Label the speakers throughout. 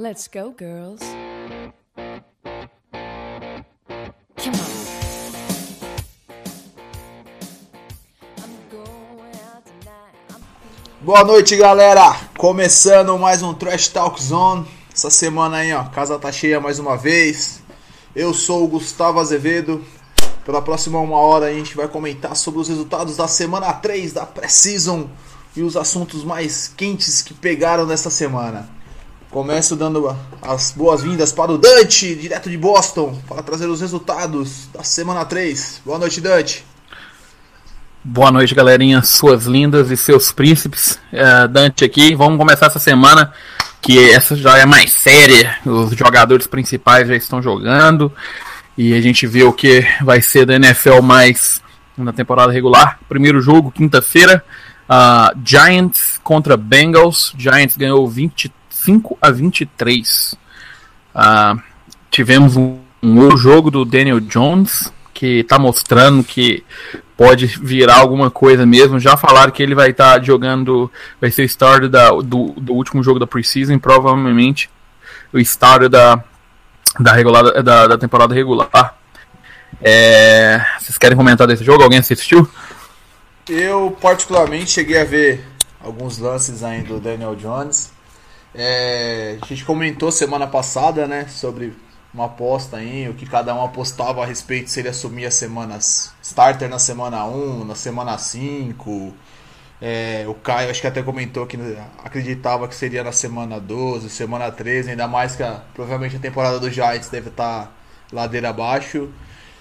Speaker 1: Let's go, girls. Come on.
Speaker 2: Boa noite, galera. Começando mais um Trash Talk Zone. Essa semana aí, ó, casa tá cheia mais uma vez. Eu sou o Gustavo Azevedo. Pela próxima uma hora a gente vai comentar sobre os resultados da semana 3 da Pré-Season e os assuntos mais quentes que pegaram nessa semana. Começo dando as boas-vindas para o Dante, direto de Boston, para trazer os resultados da semana 3. Boa noite, Dante.
Speaker 3: Boa noite, galerinha, suas lindas e seus príncipes. Dante aqui. Vamos começar essa semana, que essa já é mais séria. Os jogadores principais já estão jogando e a gente vê o que vai ser da NFL mais na temporada regular. Primeiro jogo, quinta-feira, Giants contra Bengals. Giants ganhou 25-23. Tivemos um outro jogo do Daniel Jones, que está mostrando que pode virar alguma coisa mesmo. Já falaram que ele vai estar jogando, vai ser o starter do último jogo da Pre-Season, provavelmente o starter da temporada regular. Vocês querem comentar desse jogo? Alguém assistiu?
Speaker 2: Eu particularmente cheguei a ver alguns lances ainda do Daniel Jones. A gente comentou semana passada, né, sobre uma aposta aí, o que cada um apostava a respeito se ele assumia semanas starter na semana 1, na semana 5. O Caio acho que até comentou que acreditava que seria na semana 12, semana 13, ainda mais que provavelmente a temporada do Giants deve estar ladeira abaixo.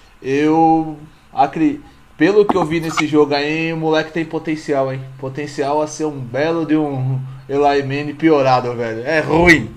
Speaker 2: Pelo que eu vi nesse jogo aí, o moleque tem potencial, hein? Potencial a ser um belo de um Eli Manning piorado, velho. É ruim.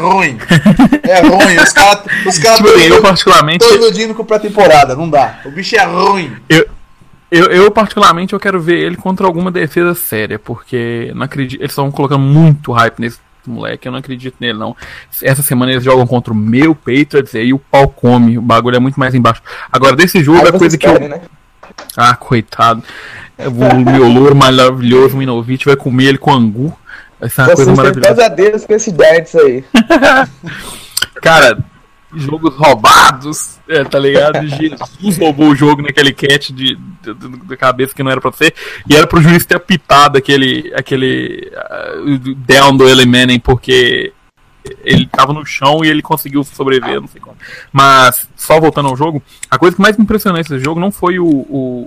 Speaker 2: Os caras
Speaker 3: eu particularmente
Speaker 2: tô iludindo com pré-temporada, não dá. O bicho é ruim.
Speaker 3: Eu particularmente eu quero ver ele contra alguma defesa séria, porque não acredito, eles estão colocando muito hype nesse moleque, eu não acredito nele não. Essa semana eles jogam contra o meu Patriots e aí o pau come, o bagulho é muito mais embaixo. Agora desse jogo a coisa que
Speaker 4: né?
Speaker 3: Coitado. O meu louro maravilhoso, o Minovich, vai comer ele com angu. Vai ser uma coisa maravilhosa.
Speaker 4: Pesadelos com esses Giants aí.
Speaker 3: Cara, jogos roubados, tá ligado? Jesus roubou o jogo naquele catch da cabeça que não era pra ser. E era pro juiz ter apitado aquele down do Eli Manning, porque ele tava no chão e ele conseguiu sobreviver, não sei como. Mas, só voltando ao jogo, a coisa que mais me impressionou nesse jogo não foi o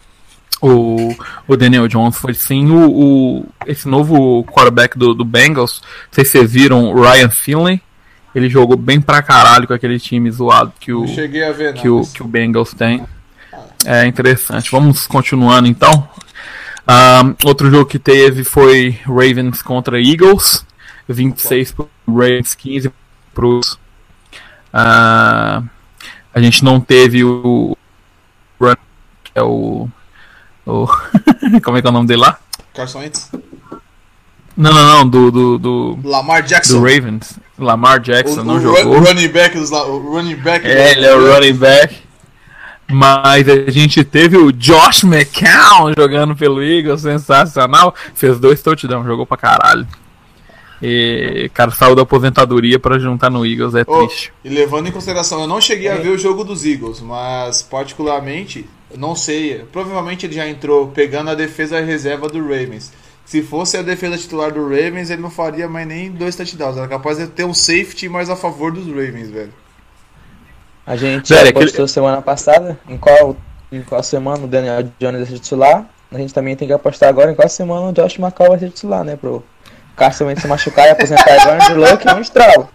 Speaker 3: Daniel Jones, foi sim esse novo quarterback do Bengals. Não sei se vocês viram, o Ryan Finley. Ele jogou bem pra caralho com aquele time zoado que o Bengals tem. É interessante. Vamos continuando então. Outro jogo que teve foi Ravens contra Eagles. 26 pro Ravens, 15 pros. A gente não teve o que é o como é que é o nome dele lá?
Speaker 2: Carson Wentz?
Speaker 3: Não, do
Speaker 2: Lamar Jackson.
Speaker 3: Do Ravens. Lamar Jackson não jogou.
Speaker 2: O running back.
Speaker 3: Ele é o running back. Mas a gente teve o Josh McCown jogando pelo Eagles, sensacional. Fez 2 touchdowns, jogou pra caralho. E cara saiu da aposentadoria pra juntar no Eagles, é triste.
Speaker 2: E levando em consideração, eu não cheguei a ver o jogo dos Eagles, mas particularmente, não sei, provavelmente ele já entrou pegando a defesa reserva do Ravens. Se fosse a defesa titular do Ravens, ele não faria mais nem 2 touchdowns. Era capaz de ter um safety mais a favor dos Ravens, velho.
Speaker 4: A gente apostou semana passada em qual semana o Daniel Jones vai ser titular. A gente também tem que apostar agora em qual semana o Josh McCown vai ser titular, né, pro Carson Wentz se machucar e aposentar agora de Luck e um estrago.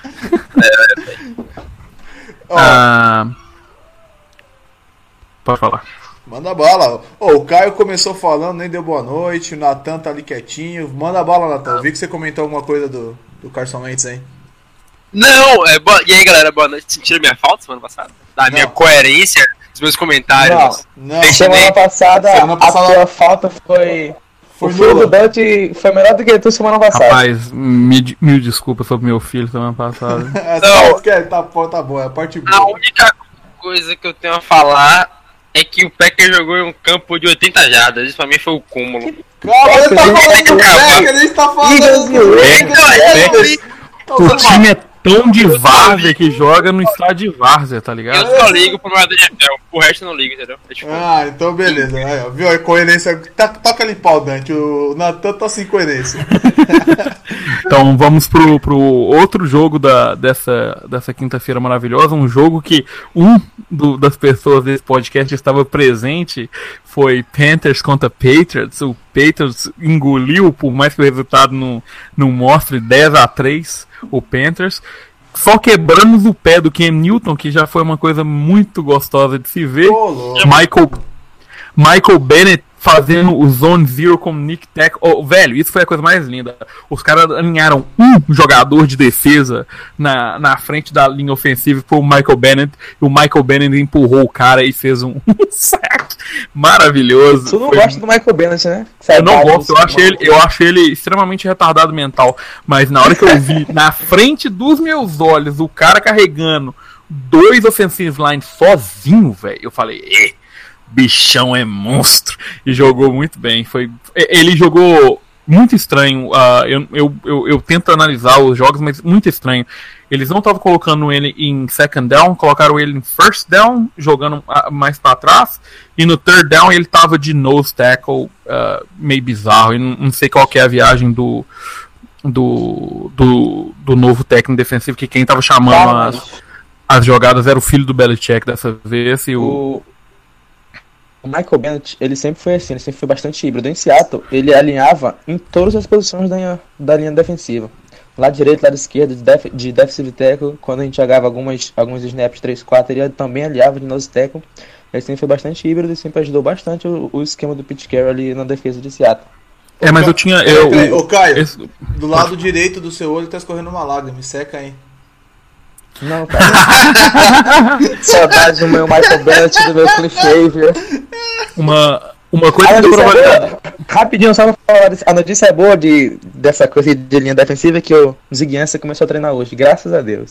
Speaker 3: Pode falar.
Speaker 2: Manda bala. O Caio começou falando, nem deu boa noite. O Natan tá ali quietinho. Manda bala, Natan. Eu vi que você comentou alguma coisa do Carson Wentz aí.
Speaker 5: Não, e aí, galera, boa noite. Sentiram minha falta semana passada? Da minha coerência dos meus comentários?
Speaker 4: Não. Semana passada a tua falta foi... O filho do Dante foi melhor do que tu semana passada.
Speaker 3: Rapaz, mil desculpas sobre meu filho semana passada.
Speaker 2: Tá bom, é a parte boa.
Speaker 5: A única coisa que eu tenho a falar é que o Packers jogou em um campo de 80 jardas. Isso pra mim foi o cúmulo.
Speaker 2: Calma, ele tá falando do Packers, ele tá falando do
Speaker 3: O time é tão de várzea que joga no estádio de várzea, tá ligado?
Speaker 5: Eu só ligo pro meu NFL, o resto eu não ligo, entendeu?
Speaker 2: Então beleza. Aí, ó, viu a incoerência? Toca ali pau, Dante. O Natan tá sem incoerência.
Speaker 3: Então vamos pro outro jogo dessa quinta-feira maravilhosa. Um jogo que das pessoas desse podcast estava presente. Foi Panthers contra Patriots. O Patriots engoliu, por mais que o resultado não mostre, 10-3 o Panthers. Só quebramos o pé do Cam Newton, que já foi uma coisa muito gostosa de se ver. Michael Bennett fazendo o Zone Zero com o Nick Tackle. Velho, isso foi a coisa mais linda. Os caras alinharam um jogador de defesa na frente da linha ofensiva, foi o Michael Bennett, e o Michael Bennett empurrou o cara e fez um sack maravilhoso.
Speaker 4: Tu não gosta do Michael Bennett, né?
Speaker 3: Eu não gosto, eu acho ele extremamente retardado mental, mas na hora que eu vi na frente dos meus olhos o cara carregando 2 offensive lines sozinho, velho, eu falei, bichão é monstro. E jogou muito bem. Ele jogou muito estranho. Eu tento analisar os jogos, mas muito estranho. Eles não estavam colocando ele em second down, colocaram ele em first down, jogando mais para trás. E no third down ele estava de nose tackle, meio bizarro. Eu não sei qual que é a viagem do novo técnico defensivo, que quem estava chamando as jogadas era o filho do Belichick dessa vez. E o
Speaker 4: Michael Bennett, ele sempre foi assim, ele sempre foi bastante híbrido. Em Seattle, ele alinhava em todas as posições da linha defensiva. Lado direito, lado esquerdo, de defensive tackle. Quando a gente jogava alguns snaps 3-4, ele também alinhava de nose tackle. Ele sempre foi bastante híbrido e sempre ajudou bastante o esquema do Pete Carroll ali na defesa de Seattle.
Speaker 3: Mas eu tinha...
Speaker 2: Caio, do lado direito do seu olho tá escorrendo uma lágrima, me seca aí.
Speaker 4: Não, cara. Saudade do meu Michael Bennett, do meu Cliff Xavier.
Speaker 3: Uma coisa que
Speaker 4: rapidinho, só pra falar, a notícia é boa dessa coisa de linha defensiva, que o Ziguiança começou a treinar hoje, graças a Deus.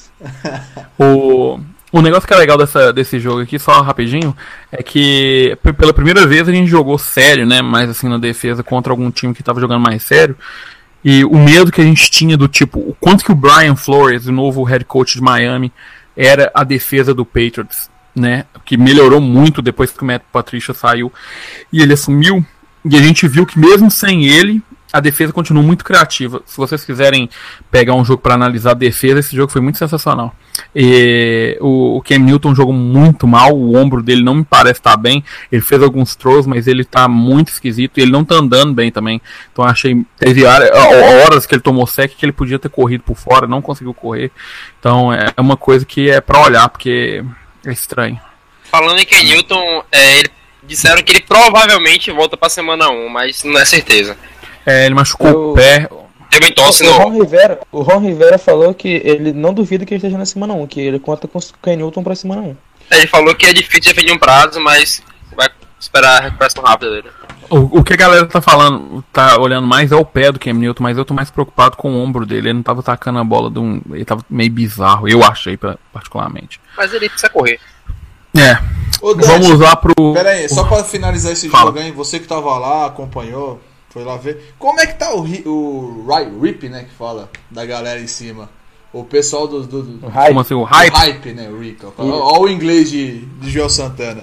Speaker 3: O negócio que é legal desse jogo aqui, só rapidinho, é que pela primeira vez a gente jogou sério, né, mais assim na defesa, contra algum time que tava jogando mais sério. E o medo que a gente tinha do tipo, o quanto que o Brian Flores, o novo head coach de Miami, era a defesa do Patriots, né? Que melhorou muito depois que o Matt Patricia saiu e ele assumiu. E a gente viu que mesmo sem ele, a defesa continua muito criativa. Se vocês quiserem pegar um jogo para analisar a defesa, esse jogo foi muito sensacional. E o Cam Newton jogou muito mal, o ombro dele não me parece estar bem. Ele fez alguns throws, mas ele está muito esquisito e ele não está andando bem também. Então achei, teve horas que ele tomou sec que ele podia ter corrido por fora, não conseguiu correr. Então é uma coisa que é para olhar, porque é estranho.
Speaker 5: Falando em Cam Newton, disseram que ele provavelmente volta para semana 1, mas não é certeza.
Speaker 3: Ele machucou o pé.
Speaker 5: Também tosse
Speaker 4: o Ron Rivera falou que ele não duvida que ele esteja na semana 1, que ele conta com o Cam Newton pra semana 1.
Speaker 5: Ele falou que é difícil definir um prazo, mas vai esperar a recuperação rápida dele.
Speaker 3: O que a galera tá falando, tá olhando mais é o pé do Cam Newton, mas eu tô mais preocupado com o ombro dele. Ele não tava tacando a bola ele tava meio bizarro, eu achei particularmente.
Speaker 5: Mas ele precisa correr.
Speaker 3: Vamos lá pro...
Speaker 2: Pera aí, só pra finalizar esse jogo aí, você que tava lá, acompanhou, foi lá ver. Como é que tá o Rip, né, que fala, da galera em cima? O pessoal do
Speaker 3: hype. Como assim, o hype?
Speaker 2: O hype, né, o Rick. Olha o inglês de Joel Santana.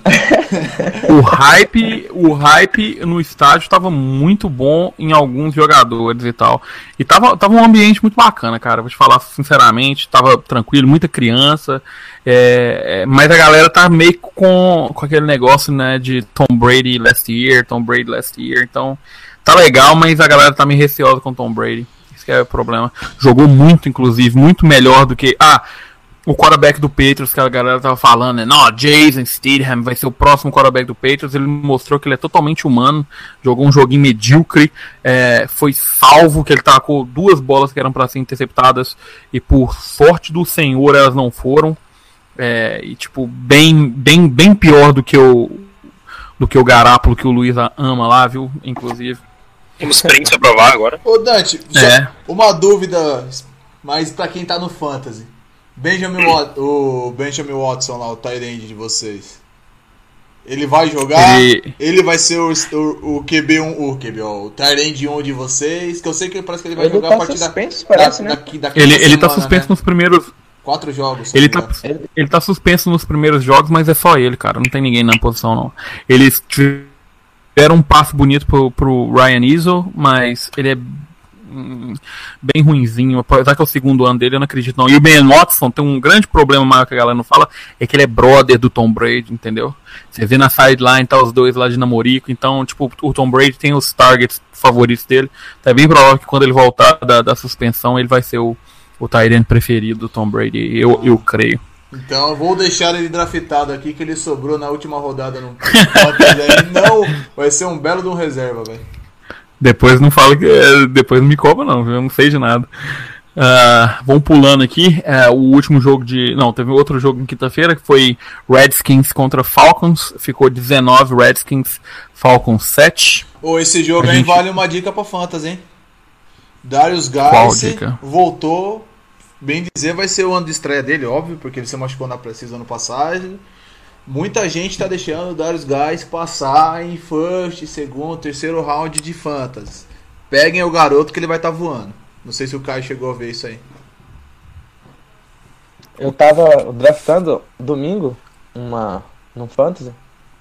Speaker 3: o hype no estádio tava muito bom em alguns jogadores e tal. E tava um ambiente muito bacana, cara. Vou te falar sinceramente, tava tranquilo, muita criança. Mas a galera tá meio com aquele negócio, né, de Tom Brady last year. Então, tá legal, mas a galera tá meio receosa com Tom Brady. Que é o problema. Jogou muito, inclusive, muito melhor do que o quarterback do Patriots, que a galera tava falando, né? Não, Jason Statham vai ser o próximo quarterback do Patriots. Ele mostrou que ele é totalmente humano. Jogou um joguinho medíocre. Foi salvo, que ele tacou 2 bolas que eram para ser interceptadas e por sorte do Senhor elas não foram. E tipo, bem pior do que o Garápolo, que o Luiz ama lá, viu? Inclusive.
Speaker 5: Temos prints pra provar agora.
Speaker 2: Ô Dante, uma dúvida, mas pra quem tá no Fantasy. O Benjamin Watson lá, o tight end de vocês. Ele vai jogar, ele vai ser o QB1, o tight end 1 de vocês, que eu sei que parece que ele vai jogar a partir
Speaker 4: suspenso, parece, né?
Speaker 3: Ele tá suspenso, né? Nos primeiros
Speaker 2: 4 jogos.
Speaker 3: Ele tá suspenso nos primeiros jogos, mas é só ele, cara, não tem ninguém na posição não. Eles tiveram um passe bonito pro Ryan Izzo, mas ele é bem ruinzinho, apesar que é o segundo ano dele, eu não acredito não. E o Ben Watson tem um grande problema maior que a galera não fala, é que ele é brother do Tom Brady, entendeu? Você vê na sideline, tá os dois lá de namorico, então, tipo, o Tom Brady tem os targets favoritos dele, tá bem provável que quando ele voltar da suspensão, ele vai ser o tight end preferido do Tom Brady, eu creio.
Speaker 2: Então eu vou deixar ele draftado aqui, que ele sobrou na última rodada no aí. Não, vai ser um belo de um reserva, velho.
Speaker 3: Depois não fala que. Depois não me cobra, não, eu não sei de nada. Vamos pulando aqui. O último jogo de. Não, teve outro jogo em quinta-feira que foi Redskins contra Falcons. Ficou 19 Redskins, Falcons 7.
Speaker 2: Esse jogo aí vale uma dica pra Fantasy, hein? Darius Garce voltou. Bem dizer, vai ser o ano de estreia dele, óbvio, porque ele se machucou na Precisa ano passado. Muita gente tá deixando o Darius Guys passar em first, segundo, terceiro round de fantasy. Peguem o garoto que ele vai estar voando. Não sei se o Caio chegou a ver isso aí.
Speaker 4: Eu tava draftando domingo no fantasy.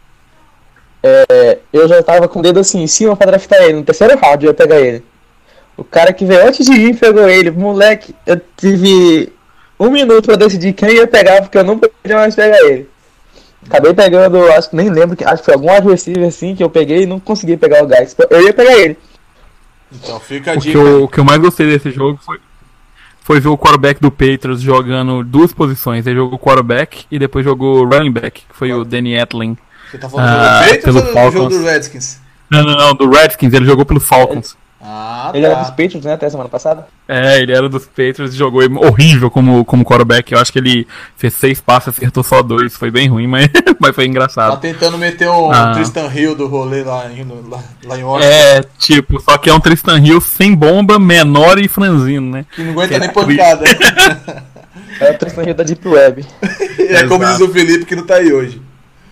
Speaker 4: Eu já tava com o dedo assim em cima pra draftar ele. No terceiro round eu ia pegar ele. O cara que veio antes de mim pegou ele. Moleque, eu tive 1 minuto pra decidir quem ia pegar, porque eu não podia mais pegar ele. Acabei pegando, acho que nem lembro, acho que foi algum adversário assim que eu peguei e não consegui pegar o Guys. Eu ia pegar ele.
Speaker 2: Então fica a dica.
Speaker 3: O que eu mais gostei desse jogo foi ver o quarterback do Patriots jogando 2 posições. Ele jogou quarterback e depois jogou running back, que foi o Danny Etling.
Speaker 2: Você tá falando do Patriots ou do jogo do Redskins?
Speaker 3: Não, do Redskins, ele jogou pelo Falcons.
Speaker 4: Ele era dos Patriots, né, até semana passada?
Speaker 3: Ele era dos Patriots e jogou horrível como quarterback. Eu acho que ele fez 6 passes, acertou só 2. Foi bem ruim, mas foi engraçado.
Speaker 2: Tá tentando meter um Tristan Hill do rolê lá em Washington.
Speaker 3: Só que é um Tristan Hill sem bomba, menor e franzino, né?
Speaker 2: Que não aguenta nem pancada.
Speaker 4: É o Tristan Hill da Deep Web.
Speaker 2: Como diz o Felipe, que não tá aí hoje.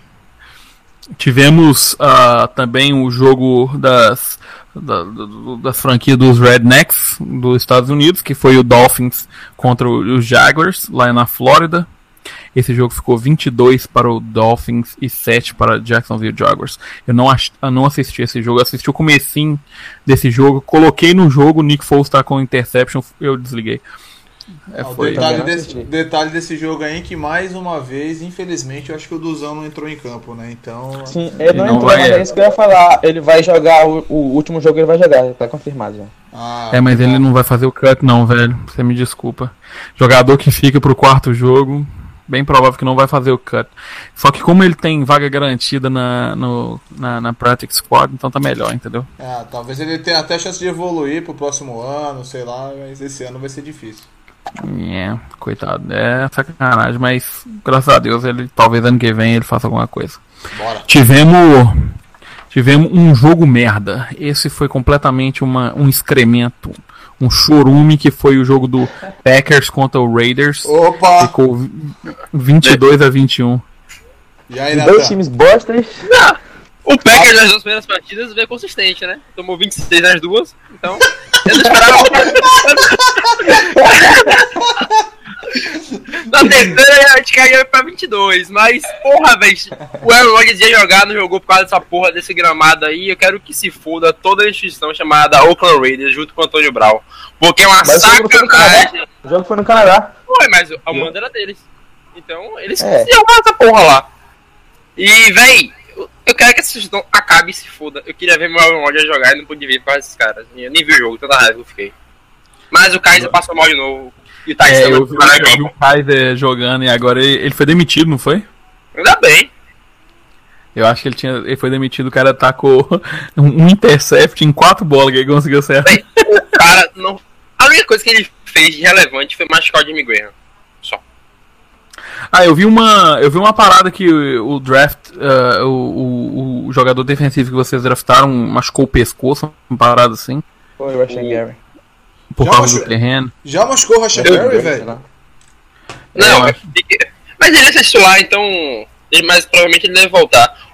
Speaker 3: Tivemos também o jogo das franquias dos Rednecks dos Estados Unidos, que foi o Dolphins contra os Jaguars, lá na Flórida. Esse jogo ficou 22 para o Dolphins e 7 para Jacksonville Jaguars. Eu não assisti esse jogo, assisti o comecinho desse jogo, coloquei no jogo, o Nick Foles tá com interception, eu desliguei.
Speaker 2: O detalhe desse jogo aí é que mais uma vez, infelizmente, eu acho que o Duzão não entrou em campo, né? Então.
Speaker 4: Sim, ele não entrou, mas é isso que eu ia falar. Ele vai jogar, o último jogo ele vai jogar, tá confirmado já.
Speaker 3: Mas ele não vai fazer o cut, não, velho. Você me desculpa. Jogador que fica pro 4º jogo, bem provável que não vai fazer o cut. Só que como ele tem vaga garantida na Practice Squad, então tá melhor, entendeu?
Speaker 2: Talvez ele tenha até chance de evoluir pro próximo ano, sei lá, mas esse ano vai ser difícil.
Speaker 3: Coitado, é sacanagem, mas graças a Deus talvez ano que vem ele faça alguma coisa.
Speaker 2: Bora.
Speaker 3: Tivemos um jogo merda. Esse foi completamente um excremento, um chorume, que foi o jogo do Packers contra o Raiders.
Speaker 2: Opa!
Speaker 3: Ficou 22-21.
Speaker 2: E aí,
Speaker 4: dois times bostas.
Speaker 5: O Packers nas 2 primeiras partidas veio consistente, né? Tomou 26 nas 2, então eu não esperava. Na terceira a gente caiu pra 22, mas porra, velho, o Aaron Rodgers ia jogar, não jogou por causa dessa porra desse gramado aí. Eu quero que se foda toda a instituição chamada Oakland Raiders junto com o Antônio Brown, porque é uma sacanagem.
Speaker 4: O jogo foi no Canadá.
Speaker 5: Foi, mas a manda era deles, então eles jogaram essa porra lá. E véi, eu quero que essa instituição acabe e se foda. Eu queria ver meu Aaron Rodgers jogar e não pude ver por causa desses caras. Eu nem vi o jogo, tanta raiva eu fiquei. Mas o Kaiser passou mal de novo. E o Tyson
Speaker 3: eu vi o Kaiser jogando e agora ele foi demitido, não foi?
Speaker 5: Ainda bem.
Speaker 3: Eu acho que ele foi demitido, o cara tacou um intercept em 4 bolas que ele conseguiu acertar.
Speaker 5: O cara não. A única coisa que ele fez de relevante foi machucar o Jimmy Graham. Só.
Speaker 3: Eu vi uma parada que o draft, o jogador defensivo que vocês draftaram machucou o pescoço, uma parada assim.
Speaker 4: Foi o Rashan Gary.
Speaker 3: Por causa do terreno.
Speaker 2: Já machucou o Rashan Gary, velho?
Speaker 5: Não, mas ele é titular, então. Mas provavelmente ele deve voltar.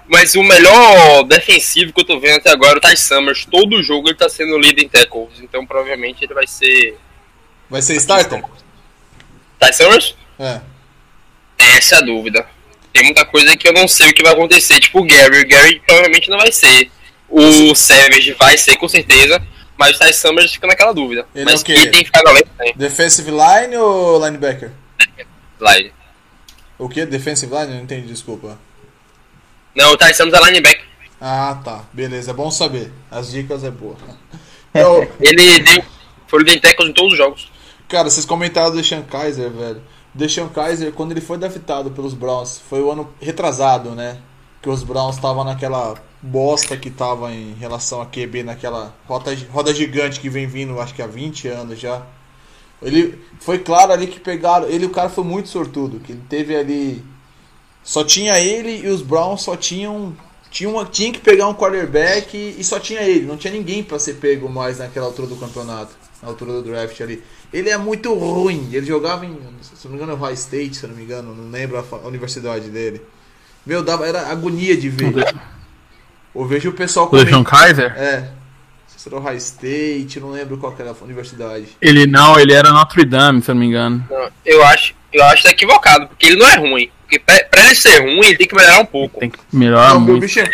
Speaker 5: Mas o melhor defensivo que eu tô vendo até agora é o Ty Summers. Todo jogo ele tá sendo líder em tackles. Então provavelmente ele vai ser...
Speaker 2: Vai ser starter?
Speaker 5: Ty Summers?
Speaker 2: É.
Speaker 5: Essa é a dúvida. Tem muita coisa que eu não sei o que vai acontecer. Tipo o Gary. O Gary provavelmente não vai ser. O Savage vai ser com certeza. Mas o Ty Summers fica naquela dúvida.
Speaker 2: Ele
Speaker 5: mas
Speaker 2: é o quê?
Speaker 5: quem tem que ficar na lente tem.
Speaker 2: Defensive line ou linebacker?
Speaker 5: Line.
Speaker 2: O que? Defensive line? Eu não entendi, desculpa.
Speaker 5: Não, o Ty Summers é linebacker.
Speaker 2: Ah, tá. Beleza, é bom saber. As dicas é boa. Então,
Speaker 5: Ele foi líder em tackles em todos os jogos.
Speaker 2: cara, vocês comentaram do DeShone Kizer, velho. O DeShone Kizer, quando ele foi draftado pelos Browns, foi o ano retrasado, né? Que os Browns estavam naquela bosta que tava em relação a QB, naquela roda gigante que vem vindo, acho que há 20 anos já. Ele foi claro ali que pegaram. O cara foi muito sortudo. Que ele teve ali. Só tinha ele e os Browns só tinham. Tinha que pegar um quarterback e só tinha ele. Não tinha ninguém pra ser pego mais naquela altura do campeonato. Na altura do draft ali. Ele é muito ruim. Ele jogava em. Se não me engano, Ohio State, se eu não me engano. Não lembro a universidade dele. Meu, era agonia de ver. Eu vejo o pessoal
Speaker 3: o DeShone Kizer?
Speaker 2: É. Se era Ohio State, não lembro qual que era a universidade.
Speaker 3: Ele era Notre Dame, se eu não me engano.
Speaker 5: Não, eu acho que tá equivocado, porque ele não é ruim. Porque pra ele ser ruim, ele tem que melhorar um pouco.
Speaker 3: Tem que melhorar
Speaker 2: Não,
Speaker 3: muito.
Speaker 2: bicho,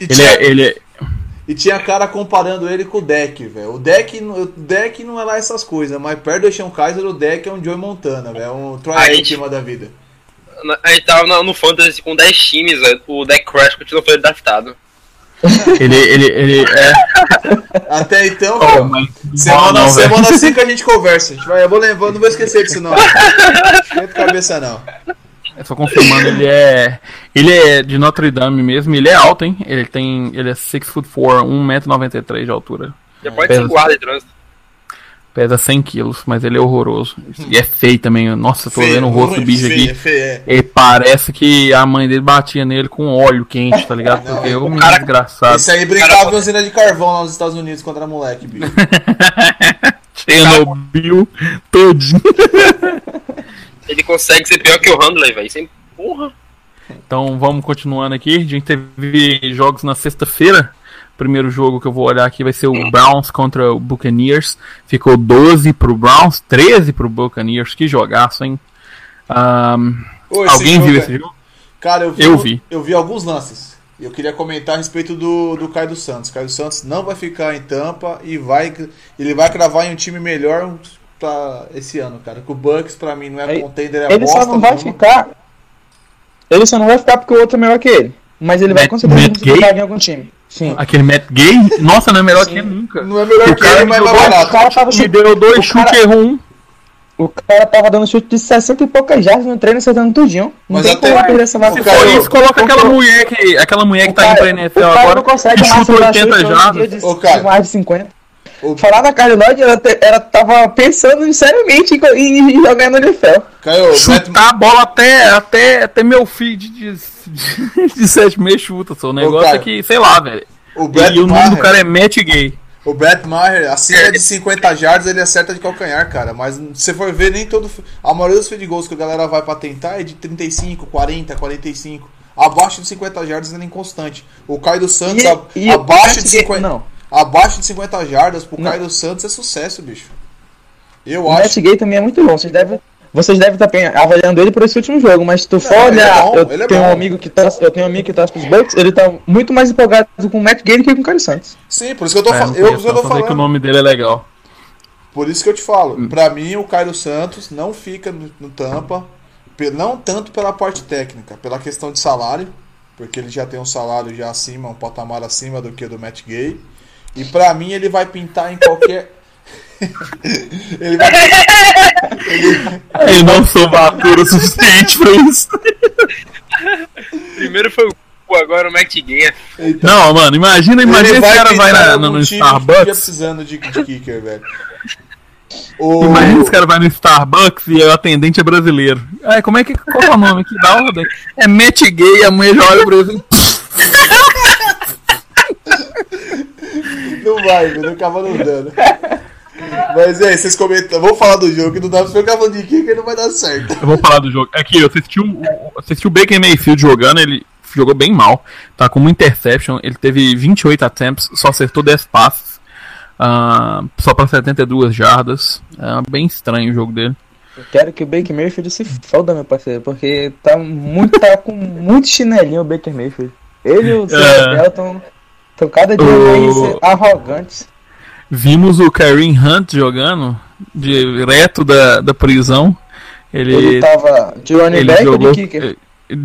Speaker 3: E
Speaker 2: tinha cara comparando ele com o Dak, velho. O Dak não é lá essas coisas, mas perto do DeShone Kizer, o Dak é um Joey Montana, velho. É um Troy Aikman da vida.
Speaker 5: A gente tava no Fantasy com 10 times, véio. O Dak Prescott não foi draftado.
Speaker 3: Ele é.
Speaker 2: Até então,
Speaker 3: semana
Speaker 2: 5 a gente conversa. Eu não vou esquecer disso, não. Não tem cabeça, não.
Speaker 3: Só confirmando, ele é de Notre Dame mesmo, ele é alto, hein? Ele é 6'4", 1,93m de altura.
Speaker 5: Já pode ser guarda de trânsito.
Speaker 3: Pesa 100 quilos, mas ele é horroroso. E é feio também. Nossa, tô vendo o rosto do bicho aqui. Ele parece que a mãe dele batia nele com óleo quente, tá ligado? Porque é um desgraçado.
Speaker 2: Esse aí brincava em usina de carvão lá nos Estados Unidos quando era moleque, bicho.
Speaker 3: Chernobyl todinho.
Speaker 5: Ele consegue ser pior que o Handley, velho. Sem porra.
Speaker 3: Então vamos continuando aqui. A gente teve jogos na sexta-feira. O primeiro jogo que eu vou olhar aqui vai ser o Browns contra o Buccaneers. Ficou 12 pro Browns, 13 pro Buccaneers. Que jogaço, hein? Alguém viu esse jogo?
Speaker 2: Cara, eu vi alguns lances. Eu queria comentar a respeito do Caio dos Santos. Caio dos Santos não vai ficar em Tampa e ele vai cravar em um time melhor pra esse ano, cara. Que o Bucs pra mim não é contender, é
Speaker 4: ele
Speaker 2: bosta.
Speaker 4: Só não vai ficar. Ele só não vai ficar porque o outro é melhor que ele. Mas ele vai conseguir ficar em algum time. Sim.
Speaker 3: Aquele Matt Gay? Nossa, não é melhor que ele nunca.
Speaker 2: Não é melhor que ele, mas é mais barato.
Speaker 4: O cara tava
Speaker 3: deu 2 chutes e errou um.
Speaker 4: O cara tava dando chute de 60 e poucas jardas no treino, acertando tudinho.
Speaker 2: Mas até perder essa
Speaker 3: vaga. Se for isso, coloca aquela mulher que tá indo pra NFL agora.
Speaker 4: Não consegue
Speaker 3: chuta 80 jardas.
Speaker 4: De mais de 50. Falar na Carly Lloyd, ela tava pensando seriamente em jogar no NFL.
Speaker 2: Caio,
Speaker 3: chutar a bola até meu filho de 7 meses chuta. O negócio é que, sei lá, velho. E o nome do cara é Matt Gay.
Speaker 2: O Brett Maher, acima de 50 jardas, ele acerta de calcanhar, cara. Mas se você for ver, nem todo. A maioria dos field goals que a galera vai pra tentar é de 35, 40, 45. Abaixo de 50 jardas ele é inconstante. O Caio dos Santos, abaixo de 50. Não. Abaixo de 50 jardas pro Caio dos Santos é sucesso, bicho.
Speaker 4: O Matt Gay também é muito bom. Vocês devem estar avaliando ele por esse último jogo, mas se tu for olhar, eu tenho um amigo que torce pros Bucks, ele tá muito mais empolgado com o Matt Gay do que com o Caio Santos.
Speaker 2: Sim, por isso que eu tô falando. Eu tô falando
Speaker 3: que o nome dele é legal.
Speaker 2: Por isso que eu te falo. Pra mim, o Caio Santos não fica no Tampa, não tanto pela parte técnica, pela questão de salário, porque ele já tem um salário já acima, um patamar acima do que o do Matt Gay. E pra mim, ele vai pintar em qualquer...
Speaker 3: Eu não sou maduro o suficiente pra isso.
Speaker 5: Primeiro foi o agora o Matt Gay.
Speaker 3: Não, mano, imagina esse cara vai no Starbucks.
Speaker 2: Precisando de kicker, velho.
Speaker 3: Imagina esse cara vai no Starbucks e o atendente é brasileiro. Qual é o nome aqui da ordem? É Matt Gay, a mulher já olha pra ele.
Speaker 2: Não vai, não acaba não dando. Mas vocês comentam. Vamos falar do jogo, que não dá pra ficar falando de kicker, não vai dar certo.
Speaker 3: Eu vou falar do jogo. Aqui, eu assisti o Baker Mayfield jogando, ele jogou bem mal. Tá com uma interception, ele teve 28 attempts, só acertou 10 passes. Só para 72 jardas. É bem estranho o jogo dele.
Speaker 4: Eu quero que o Baker Mayfield se foda, meu parceiro, porque tá com muito chinelinho o Baker Mayfield. Ele e o Zé estão cada dia mais arrogantes.
Speaker 3: Vimos o Kareem Hunt jogando direto da prisão. Ele
Speaker 4: tava de running back ou de kicker?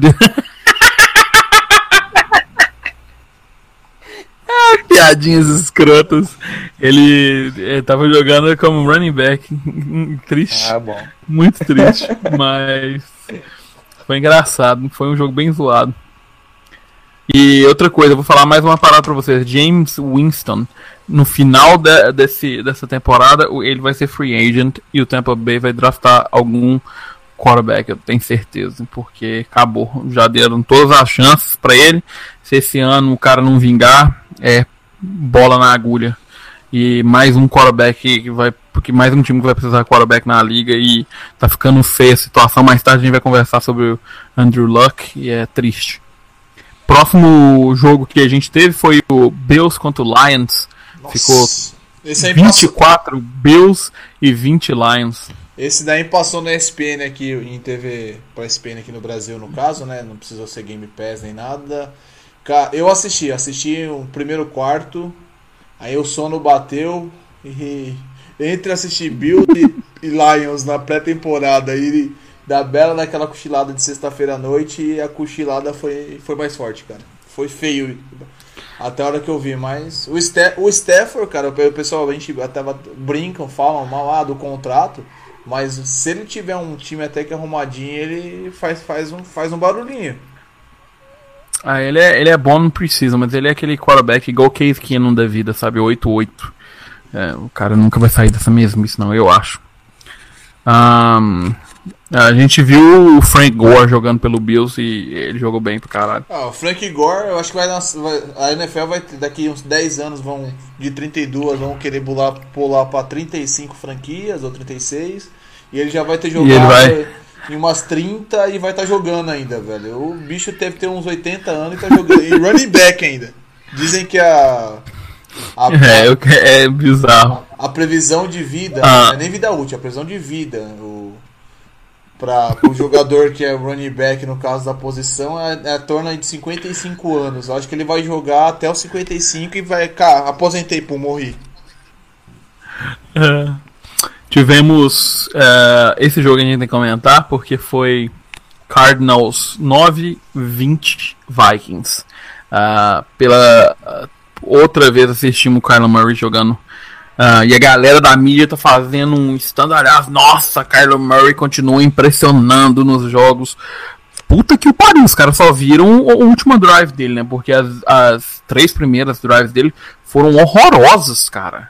Speaker 3: Piadinhas escrotas. Ele tava jogando como running back. Triste.
Speaker 4: Bom.
Speaker 3: Muito triste. Mas foi engraçado. Foi um jogo bem zoado. E outra coisa, eu vou falar mais uma parada pra vocês. James Winston, no final dessa temporada, ele vai ser free agent e o Tampa Bay vai draftar algum quarterback, eu tenho certeza, porque acabou. Já deram todas as chances pra ele. Se esse ano o cara não vingar, é bola na agulha. E mais um quarterback porque mais um time que vai precisar de quarterback na liga e tá ficando feia a situação. Mais tarde a gente vai conversar sobre o Andrew Luck e é triste. Próximo jogo que a gente teve foi o Bills contra o Lions. Nossa, ficou 24 Bills e 20 Lions.
Speaker 2: Esse daí passou na ESPN aqui, em TV, pra ESPN aqui no Brasil, no caso, né? Não precisou ser Game Pass nem nada. Eu assisti o primeiro quarto, aí o sono bateu e entre assistir Bills e Lions na pré-temporada e da bela daquela cochilada de sexta-feira à noite, e a cochilada foi mais forte, cara. Foi feio até a hora que eu vi, mas o Stafford, cara, o pessoal, a gente até brincam, falam mal do contrato, mas se ele tiver um time até que arrumadinho, ele faz um barulhinho.
Speaker 3: Ele é bom, não precisa, mas ele é aquele quarterback igual o Case Keenum da vida, sabe, 8-8. O cara nunca vai sair dessa mesmice, não, eu acho. A gente viu o Frank Gore jogando pelo Bills e ele jogou bem pro caralho.
Speaker 2: O Frank Gore, eu acho que a NFL vai daqui uns 10 anos, de 32 vão querer pular pra 35 franquias ou 36, e ele já vai ter jogado em umas 30 e vai estar jogando ainda, velho. O bicho deve ter uns 80 anos e tá jogando. E running back ainda. Dizem que é
Speaker 3: bizarro.
Speaker 2: A previsão de vida, não é nem vida útil, a previsão de vida para o jogador que é running back, no caso da posição, é torna de 55 anos. Eu acho que ele vai jogar até os 55 e vai... Cara, aposentei, morri.
Speaker 3: Tivemos esse jogo a gente tem que comentar, porque foi Cardinals 9-20 Vikings. Pela outra vez assistimos o Kyler Murray jogando. E a galera da mídia tá fazendo um estandalhaço. Nossa, Kyler Murray continua impressionando nos jogos. Puta que o pariu, os caras só viram o último drive dele, né? Porque as 3 primeiras drives dele foram horrorosas, cara.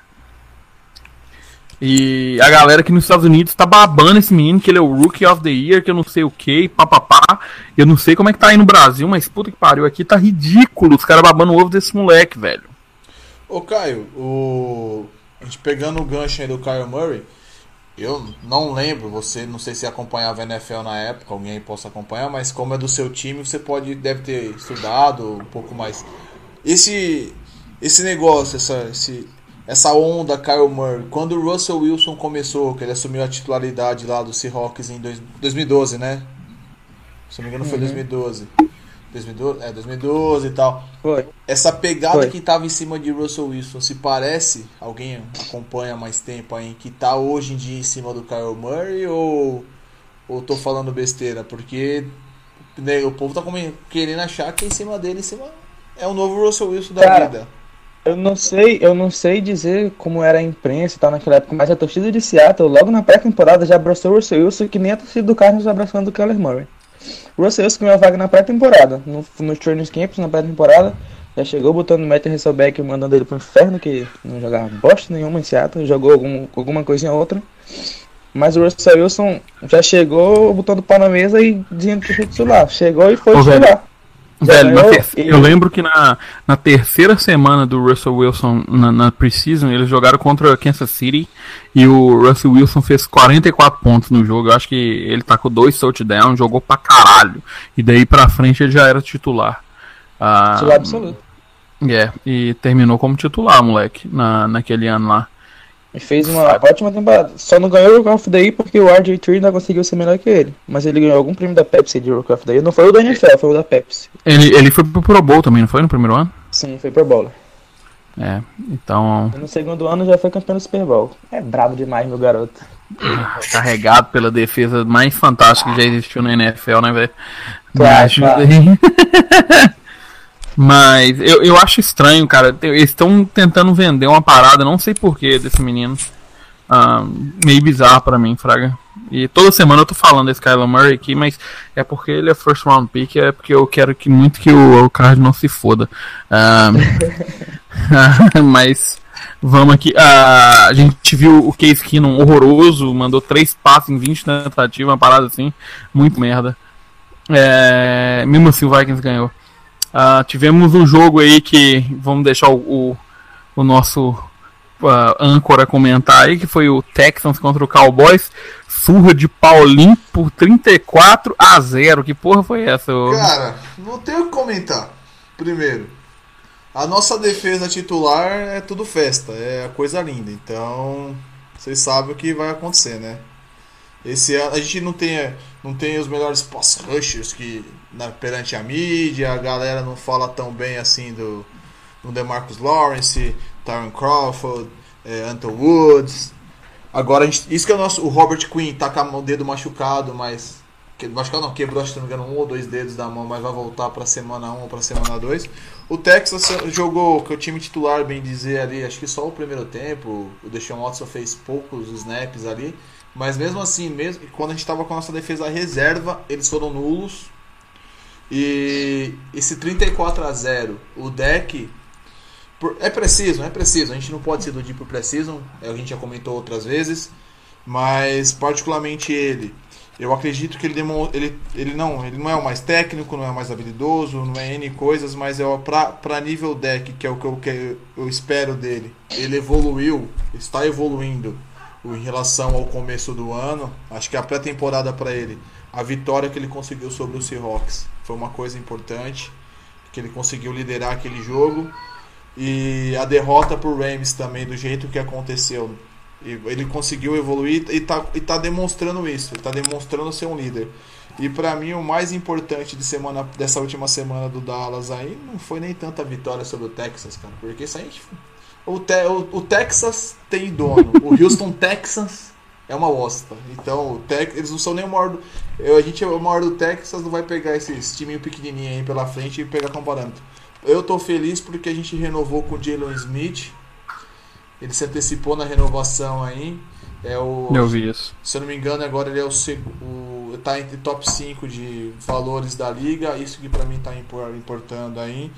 Speaker 3: E a galera aqui nos Estados Unidos tá babando esse menino, que ele é o Rookie of the Year, que eu não sei o que, papapá. Eu não sei como é que tá aí no Brasil, mas puta que pariu, aqui tá ridículo os caras babando o ovo desse moleque, velho.
Speaker 2: Ô Caio, a gente pegando o gancho aí do Kyler Murray, eu não lembro, não sei se acompanhava a NFL na época, alguém possa acompanhar, mas como é do seu time, você deve ter estudado um pouco mais. Esse negócio, essa onda Kyler Murray, quando o Russell Wilson começou, que ele assumiu a titularidade lá do Seahawks em 2012, né? Se não me engano foi 2012. 2012 e tal.
Speaker 4: Foi.
Speaker 2: Essa pegada que tava em cima de Russell Wilson, se parece, alguém acompanha há mais tempo aí, que tá hoje em dia em cima do Kyler Murray, ou tô falando besteira? Porque o povo tá querendo achar que em cima dele é o novo Russell Wilson da vida.
Speaker 4: Eu não sei dizer como era a imprensa e tal naquela época, mas a torcida de Seattle, logo na pré-temporada, já abraçou o Russell Wilson, que nem a torcida do Cardinals abraçando o Kyler Murray. O Russell Wilson ganhou a vaga na pré-temporada, nos training camps, na pré-temporada, já chegou botando o Matt Hasselbeck e mandando ele pro inferno, que não jogava bosta nenhuma em Seattle, jogou alguma coisinha ou outra. Mas o Russell Wilson já chegou botando o pau na mesa e dizendo que foi titular. Chegou e foi titular.
Speaker 3: Velho, eu lembro que na terceira semana do Russell Wilson na preseason, eles jogaram contra Kansas City e o Russell Wilson fez 44 pontos no jogo. Eu acho que ele tá com 2 touchdowns, jogou pra caralho. E daí pra frente ele já era titular.
Speaker 4: Titular absoluto.
Speaker 3: E terminou como titular, moleque, naquele ano lá.
Speaker 4: E fez uma ótima temporada. Só não ganhou o Rookie of the Year porque o RJ3 não conseguiu ser melhor que ele. Mas ele ganhou algum prêmio da Pepsi de Rookie of the Year. Não foi o da NFL, foi o da Pepsi.
Speaker 3: Ele foi pro Pro Bowl também, não foi no primeiro ano?
Speaker 4: Sim, foi Pro Bowl.
Speaker 3: Então...
Speaker 4: E no segundo ano já foi campeão do Super Bowl. É brabo demais, meu garoto.
Speaker 3: Carregado pela defesa mais fantástica que já existiu na NFL, né, velho?
Speaker 4: Claro.
Speaker 3: Mas eu acho estranho, cara. Eles estão tentando vender uma parada, não sei porquê, desse menino. Meio bizarro pra mim, fraga. E toda semana eu tô falando desse Kyler Murray aqui, mas é porque ele é first round pick, é porque eu quero muito que o Card não se foda. Mas vamos aqui. A gente viu o Case Keenum horroroso, mandou 3 passes em 20 tentativas, uma parada assim, muito merda. Mesmo assim o Vikings ganhou. Tivemos um jogo aí que vamos deixar o nosso âncora comentar aí, que foi o Texans contra o Cowboys. Surra de Paulinho por 34-0. Que porra foi essa?
Speaker 2: Cara, não tenho o que comentar. Primeiro, a nossa defesa titular é tudo festa, é coisa linda. Então, vocês sabem o que vai acontecer, né? Esse ano a gente não tem os melhores pass rushers perante a mídia. A galera não fala tão bem assim do DeMarcus Lawrence, Tyron Crawford, Anton Woods. Agora, isso que é o Robert Quinn tá com o dedo machucado, mas... Machucado não, quebrou, se não me engano, 1 ou 2 dedos da mão, mas vai voltar pra semana 1 ou pra semana 2. O Texas jogou com o time titular, bem dizer, ali, acho que só o primeiro tempo. O Deshaun Watson fez poucos snaps ali. Mas mesmo assim, quando a gente estava com a nossa defesa reserva, eles foram nulos. E esse 34-0, o deck... É preciso. A gente não pode se iludir por preciso. A gente já comentou outras vezes. Mas particularmente ele... Eu acredito que ele não é o mais técnico, não é o mais habilidoso, não é N coisas, mas para nível deck, que é o que eu espero dele. Ele está evoluindo em relação ao começo do ano. Acho que a pré-temporada para ele, a vitória que ele conseguiu sobre o Seahawks foi uma coisa importante, que ele conseguiu liderar aquele jogo, e a derrota pro Rams também, do jeito que aconteceu. Ele conseguiu evoluir e tá demonstrando isso. Ele tá demonstrando ser um líder. E pra mim o mais importante dessa última semana do Dallas aí não foi nem tanta vitória sobre o Texas, cara. Porque isso aí o Texas tem dono. O Houston Texans é uma bosta. Então eles não são nem o maior a gente é o maior do Texas, não vai pegar esse timinho pequenininho aí pela frente e pegar como parâmetro. Eu tô feliz porque a gente renovou com o Jalen Smith. Ele se antecipou na renovação aí.
Speaker 3: Eu vi isso. Se
Speaker 2: eu não me engano, agora ele é tá entre top 5 de valores da liga. Isso que pra mim tá importando aí.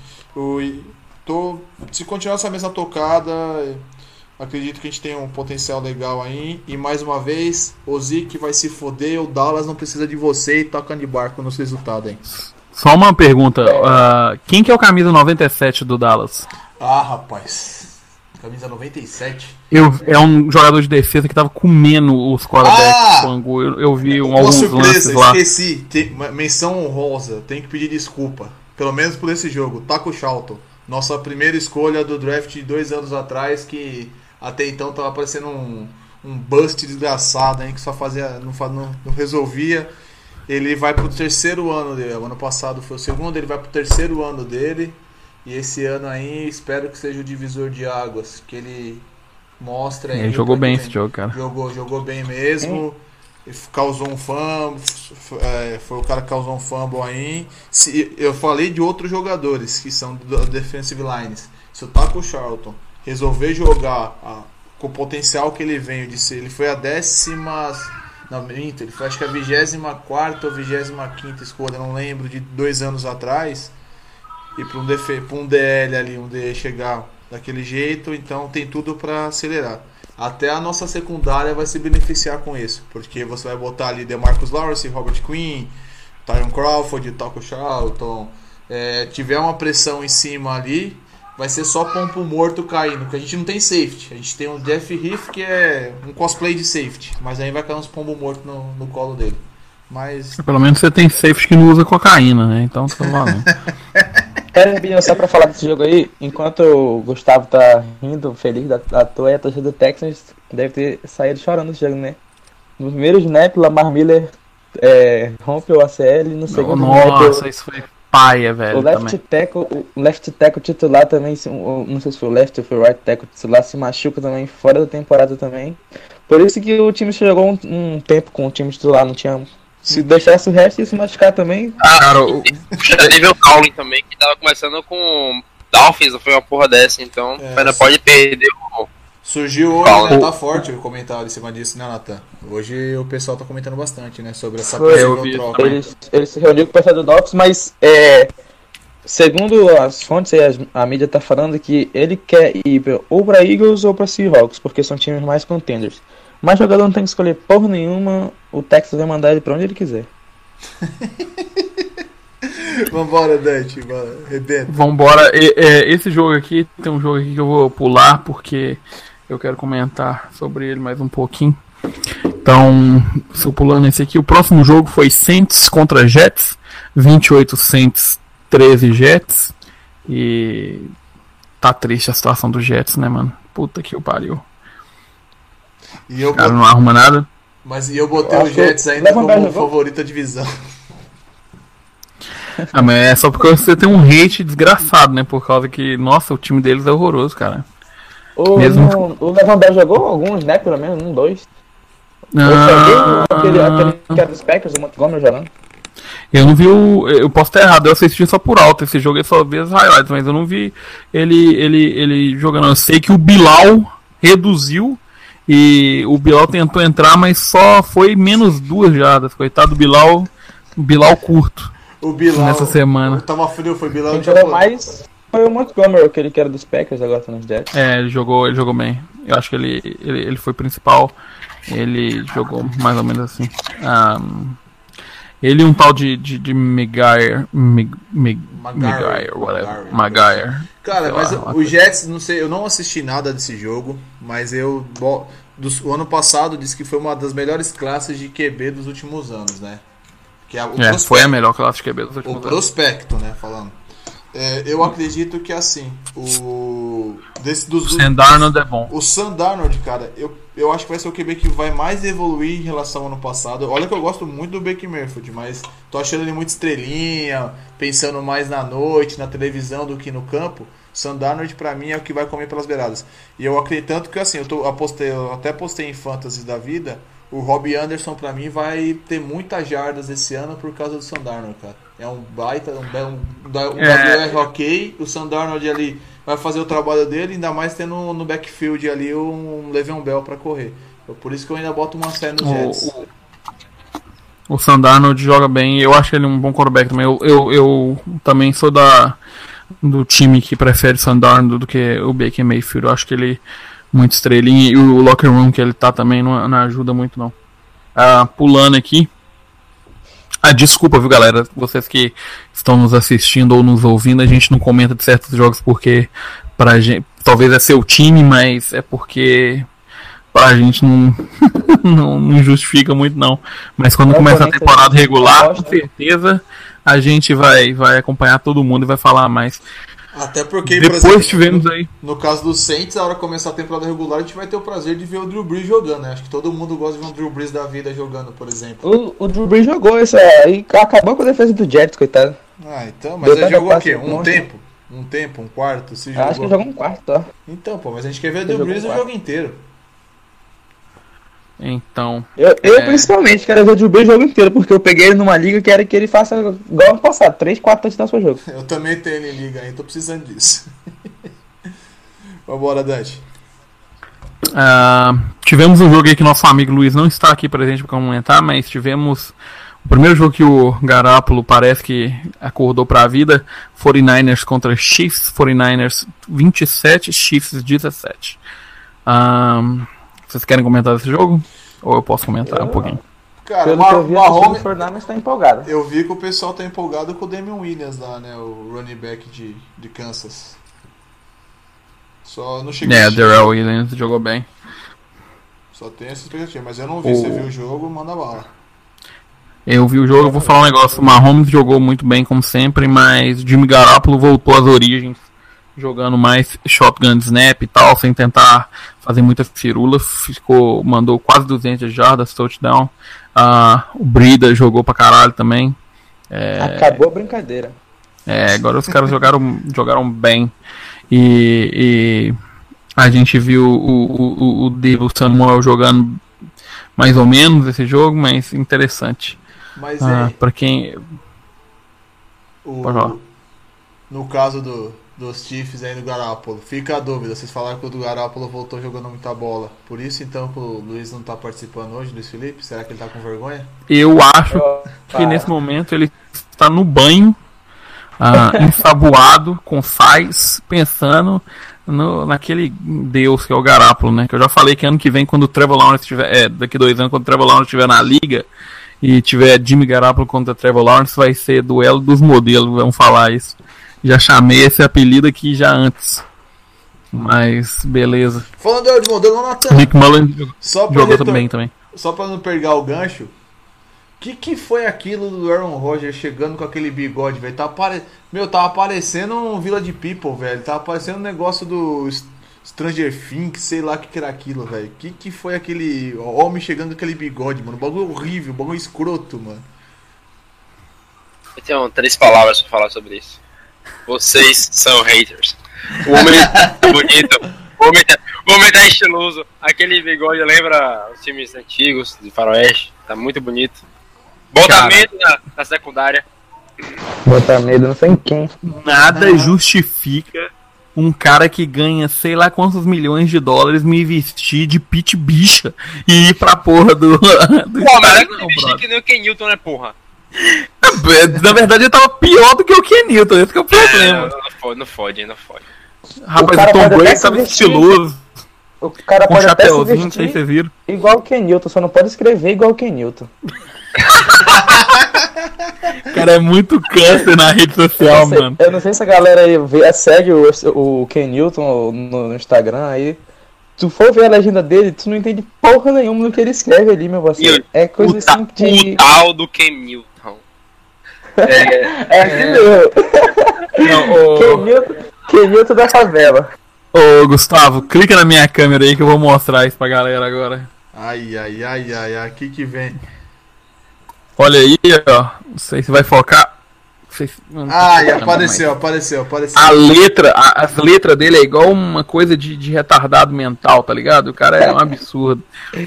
Speaker 2: Se continuar essa mesma tocada, acredito que a gente tem um potencial legal aí. E mais uma vez, o Zeke vai se foder. O Dallas não precisa de você e toca de barco nos resultados aí.
Speaker 3: Só uma pergunta. Quem que é o camisa 97 do Dallas?
Speaker 2: Rapaz... Camisa 97.
Speaker 3: É um jogador de defesa que tava comendo os quarterbacks. Eu vi alguns lances lá.
Speaker 2: Esqueci. Menção honrosa. Tenho que pedir desculpa. Pelo menos por esse jogo. Taco Charlton. Nossa primeira escolha do draft de 2 anos atrás. Que até então tava parecendo um bust desgraçado, hein, que só fazia. Não resolvia. Ele vai pro 3º ano dele. O ano passado foi o 2º. Ele vai pro 3º ano dele. E esse ano aí, espero que seja o divisor de águas, que ele mostre aí.
Speaker 3: Ele jogou bem esse jogo, cara.
Speaker 2: Jogou bem mesmo. Causou um fumble. Foi o cara que causou um fumble aí. Eu falei de outros jogadores que são do defensive lines. Se o Taco Charlton resolver jogar com o potencial que ele vem, ele foi a 10ª. Não, minto, ele foi acho que a 24ª ou 25ª escolha, não lembro, de 2 anos atrás. E para um DL ali, um DE chegar daquele jeito, então tem tudo para acelerar. Até a nossa secundária vai se beneficiar com isso, porque você vai botar ali DeMarcus Lawrence, Robert Quinn, Tyron Crawford, Taco Charlton. Tiver uma pressão em cima ali, vai ser só pompo morto caindo, porque a gente não tem safety. A gente tem um Jeff Heath que é um cosplay de safety, mas aí vai cair uns pombo morto no colo dele. Mas...
Speaker 3: Pelo menos você tem safety que não usa cocaína, né? Então tá valendo.
Speaker 4: Pera, só pra falar desse jogo aí, enquanto o Gustavo tá rindo, feliz da toa, a torcida do Texans deve ter saído chorando desse jogo, né? No primeiro snap, Lamar Miller rompe o ACL, no segundo
Speaker 3: Nossa, isso foi paia, velho.
Speaker 4: O left tackle titular também, não sei se foi o left ou foi o right tackle titular, se machuca também, fora da temporada também. Por isso que o time jogou um tempo com o time titular, não tinha... Se deixasse o resto, ia se machucar também.
Speaker 5: Cara, teve o Cowling também, que tava começando com Dolphins, foi uma porra dessa, então ainda pode perder o...
Speaker 2: Surgiu hoje, né? Tá forte o comentário em cima disso, né, Nathan? Hoje o pessoal tá comentando bastante, né, sobre essa possível troca.
Speaker 4: Ele se reuniu com o pessoal do Dolphins, mas segundo as fontes, a mídia tá falando que ele quer ir ou pra Eagles ou pra Seahawks, porque são times mais contenders. Mas o jogador não tem que escolher porra nenhuma, o Texas vai mandar ele pra onde ele quiser.
Speaker 2: Vambora, Dante, rebenta.
Speaker 3: Vambora. Esse jogo aqui, tem um jogo aqui que eu vou pular, porque eu quero comentar sobre ele mais um pouquinho. Então, estou pulando esse aqui. O próximo jogo foi Saints contra Jets, 28 Saints, 13 Jets. E tá triste a situação do Jets, né, mano? Puta que o pariu.
Speaker 2: E eu
Speaker 3: cara não arruma nada.
Speaker 2: Mas eu botei o Jets ainda como favorito da divisão.
Speaker 3: Mas é só porque você tem um hate desgraçado, né? Por causa que, nossa, o time deles é horroroso, cara.
Speaker 4: O Levan Bell jogou alguns, né? Pelo menos, 2. Aquele que era dos Packers, o Montgomery jogando.
Speaker 3: Eu não vi eu posso estar errado, eu assisti só por alto esse jogo, eu só vi as highlights, mas eu não vi ele jogando. Eu sei que o Bilal reduziu. E o Bilal tentou entrar, mas só foi menos 2 jardas. Coitado do Bilal. O Bilal curto.
Speaker 2: O Bilal.
Speaker 3: Nessa semana.
Speaker 2: Tava frio, foi Bilal.
Speaker 4: Quem jogou mais foi o Montgomery, aquele que era dos Packers, agora tá nos Jets.
Speaker 3: Ele jogou bem. Eu acho que ele foi principal. Ele jogou mais ou menos assim. Ele e um tal de Maguire, whatever. Maguire.
Speaker 2: Cara, mas o Jets, não sei, eu não assisti nada desse jogo, mas o ano passado disse que foi uma das melhores classes de QB dos últimos anos, né? Que
Speaker 3: foi a melhor classe de QB dos últimos anos.
Speaker 2: O prospecto, né, falando. Eu acredito que assim, o
Speaker 3: Sam Darnold é bom.
Speaker 2: O Sam Darnold, cara, eu acho que vai ser o QB que vai mais evoluir em relação ao ano passado. Olha que eu gosto muito do Baker Mayfield, mas tô achando ele muito estrelinha, pensando mais na noite, na televisão do que no campo. Sam Darnold pra mim é o que vai comer pelas beiradas. E eu acredito tanto que assim, eu até postei em Fantasy da vida, o Robbie Anderson pra mim vai ter muitas jardas esse ano por causa do Sam Darnold, cara. É um baita, WR ok, o Sam Darnold ali vai fazer o trabalho dele, ainda mais tendo no backfield ali um Le'Veon Bell pra correr. Por isso que eu ainda boto uma fé nos Jets.
Speaker 3: O Sam Darnold joga bem, eu acho ele um bom quarterback também. Eu também sou do time que prefere o Sam Darnold do que o Baker Mayfield. Eu acho que ele muito estrelinha, e o locker room que ele tá também não ajuda muito não. Pulando aqui, desculpa, viu, galera, vocês que estão nos assistindo ou nos ouvindo, a gente não comenta de certos jogos porque pra gente, talvez é seu time, mas é porque pra gente não justifica muito não. Mas quando começa a temporada regular, com certeza a gente vai acompanhar todo mundo e vai falar mais.
Speaker 2: Até porque,
Speaker 3: depois, por exemplo, tivemos aí.
Speaker 2: No caso do Saints, a hora que começar a temporada regular, a gente vai ter o prazer de ver o Drew Brees jogando, né? Acho que todo mundo gosta de ver o Drew Brees da vida jogando, por exemplo.
Speaker 4: O Drew Brees jogou isso aí, acabou com a defesa do Jets, coitado.
Speaker 2: Então, mas ele jogou o quê? Um tempo, um quarto?
Speaker 4: Acho que jogou um quarto, tá?
Speaker 2: Então, pô, mas a gente quer ver o Drew Brees o jogo inteiro.
Speaker 3: Então.
Speaker 4: Eu principalmente quero ver o Drew Brees o jogo inteiro, porque eu peguei ele numa liga que era que ele faça igual ano passado, 3, 4 touchdowns por jogo.
Speaker 2: Eu também tenho ele em liga aí, tô precisando disso. Vambora, Dante.
Speaker 3: Tivemos um jogo aí que nosso amigo Luiz não está aqui presente para comentar, mas tivemos o primeiro jogo que o Garoppolo parece que acordou para a vida, 49ers contra Chiefs, 49ers 27, Chiefs 17. Vocês querem comentar desse jogo? Ou eu posso comentar um pouquinho?
Speaker 2: Cara,
Speaker 4: o Mahomes está empolgado.
Speaker 2: Eu vi que o pessoal tá empolgado com o Damian Williams lá, né? O running back de Kansas. Só não cheguei a assistir.
Speaker 3: Darrell Williams jogou bem.
Speaker 2: Só tem essa expectativa, mas eu não vi. Você viu o jogo, manda bala.
Speaker 3: Eu vi o jogo, eu vou falar um negócio. O Mahomes jogou muito bem, como sempre, mas Jimmy Garoppolo voltou às origens, jogando mais shotgun snap e tal, sem tentar fazer muita firula. Mandou quase 200 jardas, touchdown. O Brida jogou pra caralho também.
Speaker 4: Acabou a brincadeira.
Speaker 3: Agora os caras jogaram bem. E a gente viu o Deebo Samuel jogando mais ou menos esse jogo, mas interessante.
Speaker 2: Mas
Speaker 3: pra quem...
Speaker 2: no caso dos Chiefs aí do Garoppolo, fica a dúvida, vocês falaram que o do Garoppolo voltou jogando muita bola, por isso então que o Luiz não tá participando hoje, Luiz Felipe? Será que ele tá com vergonha?
Speaker 3: Eu acho que nesse momento ele está no banho, ensaboado, com sais, pensando naquele Deus que é o Garoppolo, né? Que eu já falei que ano que vem, quando o Trevor Lawrence estiver, daqui 2 anos, quando o Trevor Lawrence estiver na liga e tiver Jimmy Garoppolo contra Trevor Lawrence, vai ser duelo dos modelos, vamos falar isso. Já chamei esse apelido aqui já antes. Mas, beleza.
Speaker 2: Falando de modelo, Nathan.
Speaker 3: Nick Mullen jogou também.
Speaker 2: Só pra não perder o gancho. Que foi aquilo do Aaron Rodgers chegando com aquele bigode, velho? Tava parecendo um Village People, velho. Tava parecendo um negócio do Stranger Things, sei lá o que era aquilo, velho. Que foi aquele homem chegando com aquele bigode, mano? Bagulho horrível, bagulho escroto, mano.
Speaker 5: Eu tenho 3 palavras pra falar sobre isso. Vocês são haters. O homem é bonito. O homem tá estiloso. Aquele bigode lembra os times antigos de faroeste. Tá muito bonito. Bota medo na secundária.
Speaker 4: Bota medo, não sei em quem.
Speaker 3: Nada justifica um cara que ganha sei lá quantos milhões de dólares me vestir de Pit Bicha e ir pra porra do
Speaker 5: Pô, mas não vestir que nem o Ken Newton, né, porra?
Speaker 3: Na verdade ele tava pior do que o Ken Newton, esse que é o problema.
Speaker 5: Não fode.
Speaker 3: Rapaz, o Tom Brady tava estiloso.
Speaker 4: O cara
Speaker 3: com
Speaker 4: pode até se
Speaker 3: chapéuzinho, não sei se
Speaker 4: vestir
Speaker 3: vocês viram.
Speaker 4: igual o Ken Newton, só não pode escrever igual o Ken Newton.
Speaker 3: O cara é muito câncer na rede social, mano.
Speaker 4: Eu não sei se a galera aí segue o Ken Newton no Instagram aí. Se tu for ver a legenda dele, tu não entende porra nenhuma do que ele escreve ali, meu parceiro. É coisa assim de...
Speaker 5: O tal do Ken Newton.
Speaker 4: assim mesmo. Ken Newton da favela.
Speaker 3: Ô, Gustavo, clica na minha câmera aí que eu vou mostrar isso pra galera agora.
Speaker 2: Ai, aqui que vem.
Speaker 3: Olha aí, ó. Não sei se vai focar.
Speaker 2: Apareceu.
Speaker 3: As letras dele é igual uma coisa de retardado mental, tá ligado? O cara é um absurdo.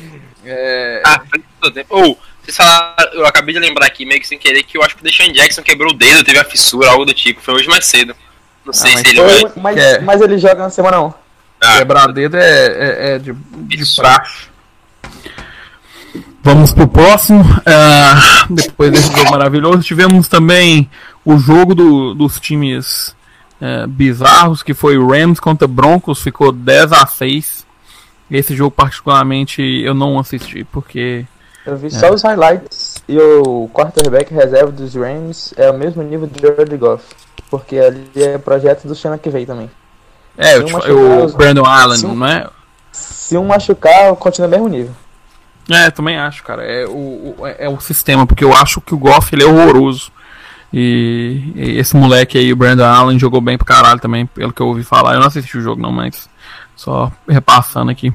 Speaker 5: Vocês falaram, eu acabei de lembrar aqui, meio que sem querer, que eu acho que o Deshaun Jackson quebrou o dedo, teve a fissura, algo do tipo. Foi hoje mais cedo. Não sei se ele vai...
Speaker 4: Mas ele joga na semana 1.
Speaker 3: Quebrar dedo é de praxe. Vamos pro próximo. Depois desse jogo maravilhoso, tivemos também o jogo dos times bizarros, que foi o Rams contra Broncos, ficou 10-6. Esse jogo particularmente eu não assisti, porque...
Speaker 4: Eu vi só os highlights, e o quarterback reserva dos Rams é o mesmo nível de Jared Goff, porque ali é projeto do Shana que veio também.
Speaker 3: O Brandon Allen, não é?
Speaker 4: Se um machucar, continua no mesmo nível.
Speaker 3: Também acho, cara. É o sistema, porque eu acho que o Goff ele é horroroso. E esse moleque aí, o Brandon Allen, jogou bem pra caralho também, pelo que eu ouvi falar. Eu não assisti o jogo não, mas só repassando aqui.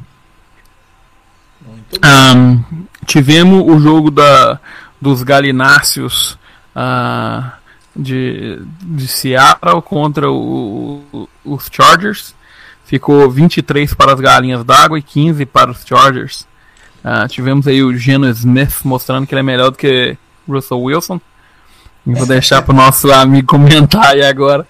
Speaker 3: Tivemos o jogo dos galináceos de Seattle contra os Chargers. Ficou 23 para as galinhas d'água e 15 para os Chargers. Tivemos aí o Geno Smith mostrando que ele é melhor do que Russell Wilson. E vou deixar pro nosso amigo comentar aí agora.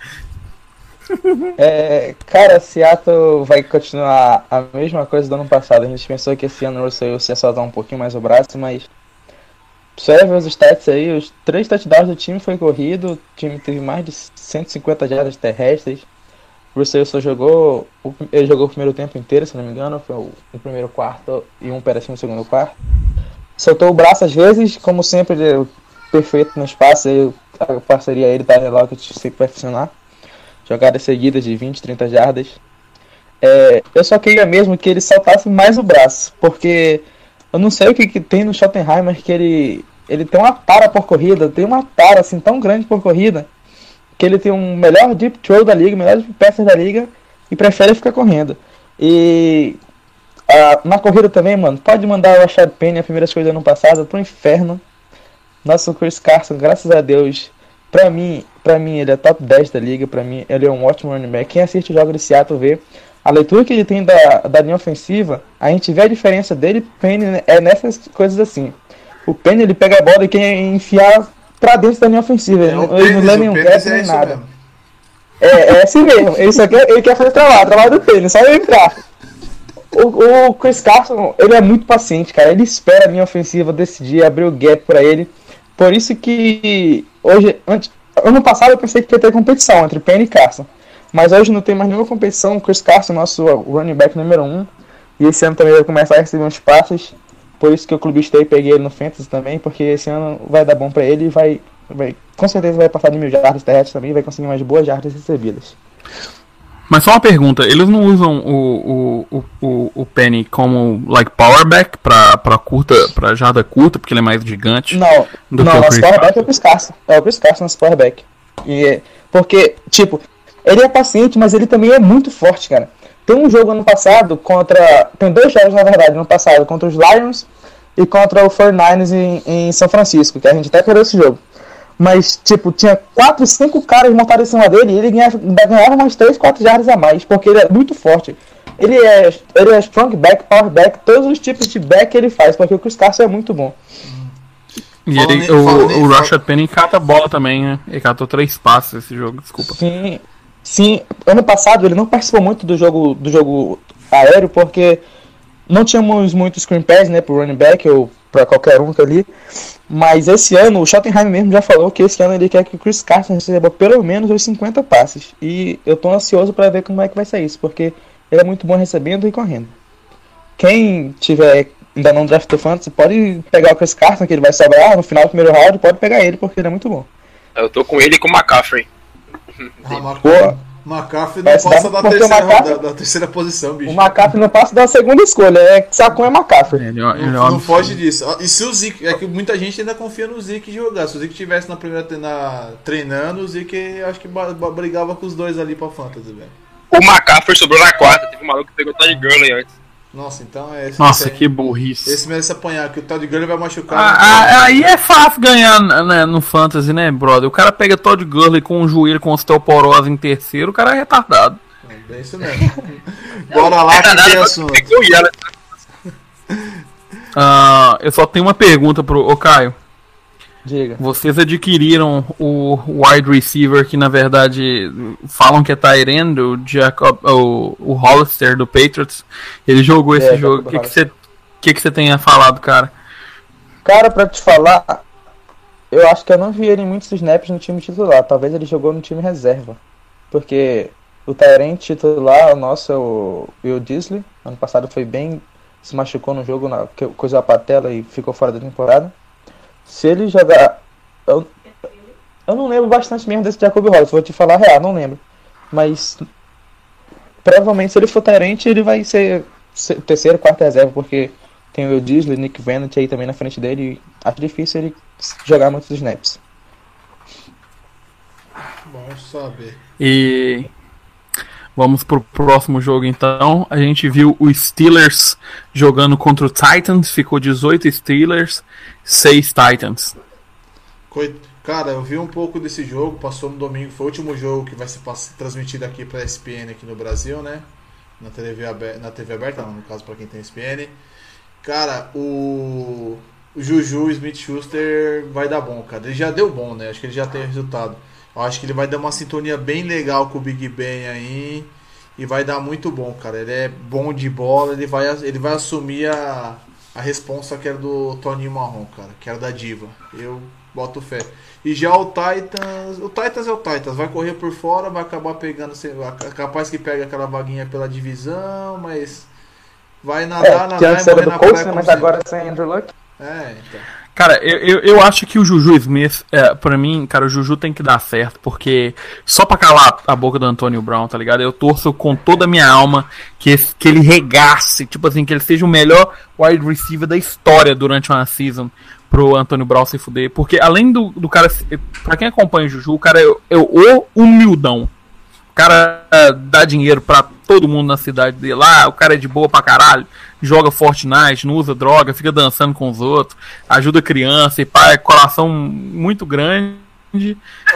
Speaker 4: Cara, Seattle vai continuar a mesma coisa do ano passado. A gente pensou que esse ano o Russell Wilson ia soltar um pouquinho mais o braço, mas só ver os stats aí, os 3 touchdowns do time foi corrido, o time teve mais de 150 jardas terrestres. O Russell Wilson jogou o primeiro tempo inteiro, se não me engano, foi o primeiro quarto e um pedacinho no segundo quarto. Soltou o braço às vezes, como sempre, ele é perfeito no espaço, a parceria ele tá Lockett sempre vai funcionar. Jogadas seguidas de 20, 30 jardas. Eu só queria mesmo que ele soltasse mais o braço, porque eu não sei o que tem no Schottenheimer que ele ele tem uma tara por corrida, tem uma tara assim tão grande por corrida, que ele tem um melhor deep throw da liga, melhor deep passer da liga, e prefere ficar correndo. E na corrida também, mano, pode mandar o Rashad Penny, a primeira escolha do ano passado, pro inferno. Nosso Chris Carson, graças a Deus, pra mim ele é top 10 da liga, pra mim ele é um ótimo running back. Quem assiste o jogo de Seattle vê a leitura que ele tem da linha ofensiva, a gente vê a diferença dele. Penny é nessas coisas assim. O Penny, ele pega a bola e quer enfiar pra dentro da linha ofensiva, ele não leva nenhum gap nem nada. É assim mesmo, ele quer fazer trabalho do Penny, só ele entrar. O Chris Carson, ele é muito paciente, cara. Ele espera a linha ofensiva decidir, abrir o gap pra ele. Por isso que ano passado eu pensei que ia ter competição entre Penny e Carson. Mas hoje não tem mais nenhuma competição. O Chris Carson, nosso running back número 1. E esse ano também vai começar a receber uns passes. Por isso que eu clubistei e peguei ele no Fantasy também. Porque esse ano vai dar bom pra ele e vai com certeza vai passar de 1.000 jardas terrestres também. E vai conseguir mais boas jardas recebidas.
Speaker 3: Mas só uma pergunta, eles não usam o Penny como power back pra jarda curta, porque ele é mais gigante?
Speaker 4: Não, nosso power back é o Chris Carson. É o Chris Carson, nosso power back. Porque, ele é paciente, mas ele também é muito forte, cara. Tem um jogo ano passado tem 2 jogos, na verdade, ano passado, contra os Lions e contra o 49ers em São Francisco, que a gente até perdeu esse jogo. Mas, tinha 4, 5 caras montados em cima dele e ele ganhava umas 3, 4 jardas a mais, porque ele é muito forte. Ele é strong back, power back, todos os tipos de back ele faz, porque o Chris Carson é muito bom.
Speaker 3: E o Rashad Penny cata a bola também, né? Ele catou 3 passes esse jogo, desculpa.
Speaker 4: Sim, ano passado ele não participou muito do jogo aéreo, porque não tínhamos muito screen pass, né, pro running back ou pra qualquer um ali. Mas esse ano, o Schottenheim mesmo já falou que esse ano ele quer que o Chris Carson receba pelo menos os 50 passes. E eu tô ansioso pra ver como é que vai ser isso, porque ele é muito bom recebendo e correndo. Quem ainda não draftou fantasy, pode pegar o Chris Carson, que ele vai sobrar no final do primeiro round, pode pegar ele, porque ele é muito bom.
Speaker 5: Eu tô com ele e com o McCaffrey.
Speaker 2: McCaffrey não passa da terceira posição, bicho.
Speaker 4: O McCaffrey não passa da segunda escolha, Sacon é McCaffrey.
Speaker 2: Não foge disso. E se o Zeke, é que muita gente ainda confia no Zeke jogar. Se o Zeke estivesse na primeira treinando, o Zeke acho que brigava com os dois ali pra fantasy, velho.
Speaker 5: O McCaffrey sobrou na quarta, teve um maluco que pegou o Todd Gurley antes.
Speaker 2: Nossa, então
Speaker 3: Nossa, que burrice.
Speaker 2: Esse merece apanhar, que o Todd Gurley vai machucar.
Speaker 3: Aí é fácil ganhar, né, no Fantasy, né, brother? O cara pega Todd Gurley com um joelho com osteoporose em terceiro, o cara é retardado.
Speaker 2: É isso mesmo. Bora lá que tem assunto.
Speaker 3: Eu só tenho uma pergunta pro Caio.
Speaker 4: Diga.
Speaker 3: Vocês adquiriram o wide receiver que na verdade falam que é Tyrande, o Hollister do Patriots. Ele jogou esse jogo. O que você tem a falar do cara?
Speaker 4: Cara, pra te falar, eu acho que eu não vi ele em muitos snaps no time titular. Talvez ele jogou no time reserva. Porque o Tyrande titular, o nosso é o Will Disley. Ano passado foi bem. Se machucou no jogo, coisou a patela e ficou fora da temporada. Se ele jogar... Eu não lembro bastante mesmo desse Jacoby Hollis, vou te falar a real, não lembro. Mas provavelmente se ele for Tyrande, ele vai ser terceiro, quarto reserva, porque tem o Will Disley, Nick Vannett aí também na frente dele. E acho difícil ele jogar muitos snaps.
Speaker 2: Bom saber.
Speaker 3: E vamos pro próximo jogo então. A gente viu o Steelers jogando contra o Titans, ficou 18 Steelers, 6 Titans.
Speaker 2: Cara, eu vi um pouco desse jogo, passou no domingo, foi o último jogo que vai ser transmitido aqui pra ESPN aqui no Brasil, né? Na TV aberta, não, no caso pra quem tem ESPN. Cara, o Juju Smith-Schuster vai dar bom, cara. Ele já deu bom, né? Acho que ele já tem resultado. Eu acho que ele vai dar uma sintonia bem legal com o Big Ben aí e vai dar muito bom, cara. Ele é bom de bola, ele vai assumir a responsa que era do Toninho Marrom, cara, que era da Diva. Eu boto fé. E já o Titans vai correr por fora, vai acabar pegando, capaz que pega aquela vaguinha pela divisão, mas vai nadar e morrer na praia.
Speaker 4: Mas agora sem Andrew Luck.
Speaker 2: Então.
Speaker 3: Cara, eu acho que o Juju Smith, pra mim, cara, o Juju tem que dar certo, porque só pra calar a boca do Antonio Brown, tá ligado? Eu torço com toda a minha alma que ele regasse, tipo assim, que ele seja o melhor wide receiver da história durante uma season pro Antonio Brown se fuder, porque além do cara, pra quem acompanha o Juju, o cara é o humildão. O cara dá dinheiro pra todo mundo na cidade dele lá, o cara é de boa pra caralho, joga Fortnite, não usa droga, fica dançando com os outros, ajuda criança e pai, coração muito grande e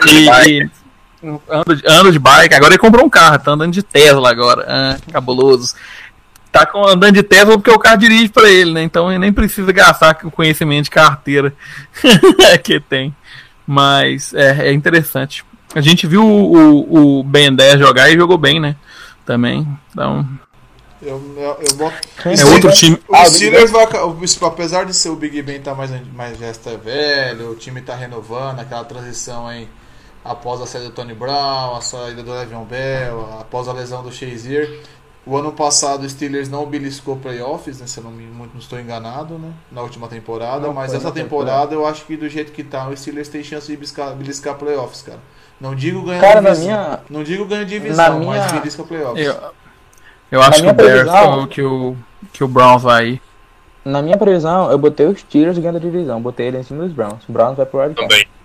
Speaker 3: anda de bike. Agora ele comprou um carro, tá andando de Tesla agora, cabuloso. Tá andando de Tesla porque o carro dirige pra ele, né? Então ele nem precisa gastar com o conhecimento de carteira que tem. Mas é interessante. A gente viu o Ben 10 jogar e jogou bem, né? Também. Então.
Speaker 2: Eu boto.
Speaker 3: É outro time.
Speaker 2: O Steelers vai. Apesar de ser o Big Ben tá mais já está velho, o time tá renovando, aquela transição aí após a saída do Tony Brown, a saída do Le'Veon Bell, após a lesão do Shazier. O ano passado o Steelers não beliscou playoffs, né, se eu não estou enganado, né, na última temporada, mas essa temporada eu acho que do jeito que tá, o Steelers tem chance de beliscar playoffs, cara. Não digo ganhar divisão, não digo ganhar divisão, mas belisca playoffs.
Speaker 3: Eu acho que o Bears que o Browns vai.
Speaker 4: Na minha previsão, eu botei os Steelers ganhando a divisão, botei ele em cima dos Browns. O Browns vai pro wild card.
Speaker 5: Também.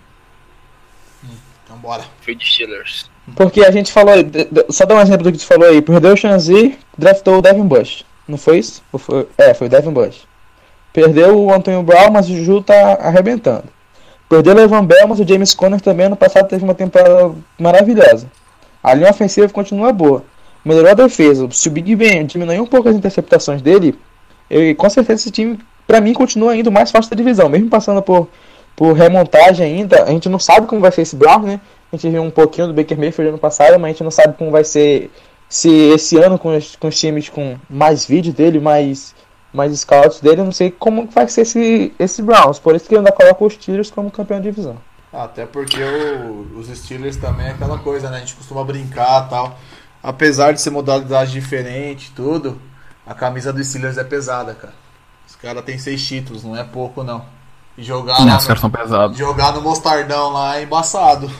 Speaker 2: Então bora.
Speaker 5: Fui de Steelers.
Speaker 4: Porque a gente falou, só dar um exemplo do que tu falou aí, perdeu o Shanzi, draftou o Devin Bush, não foi isso? Foi o Devin Bush. Perdeu o Antonio Brown, mas o Juju tá arrebentando. Perdeu o Le'Veon Bell, mas o James Conner também ano passado teve uma temporada maravilhosa. A linha ofensiva continua boa. Melhorou a defesa. Se o Big Ben diminuiu um pouco as interceptações dele, com certeza esse time, pra mim, continua indo mais forte da divisão. Mesmo passando por remontagem ainda, a gente não sabe como vai ser esse Browns, né? A gente viu um pouquinho do Baker Mayfield ano passado, mas a gente não sabe como vai ser se esse ano com os times com mais vídeos dele, mais scouts dele. Eu não sei como vai ser esse Browns. Por isso que eu ainda coloco os Steelers como campeão de divisão.
Speaker 2: Até porque os Steelers também é aquela coisa, né? A gente costuma brincar e tal. Apesar de ser modalidade diferente e tudo, a camisa dos Steelers é pesada, cara. Os caras têm 6 títulos, não é pouco não. E jogar jogar no Mostardão lá é embaçado.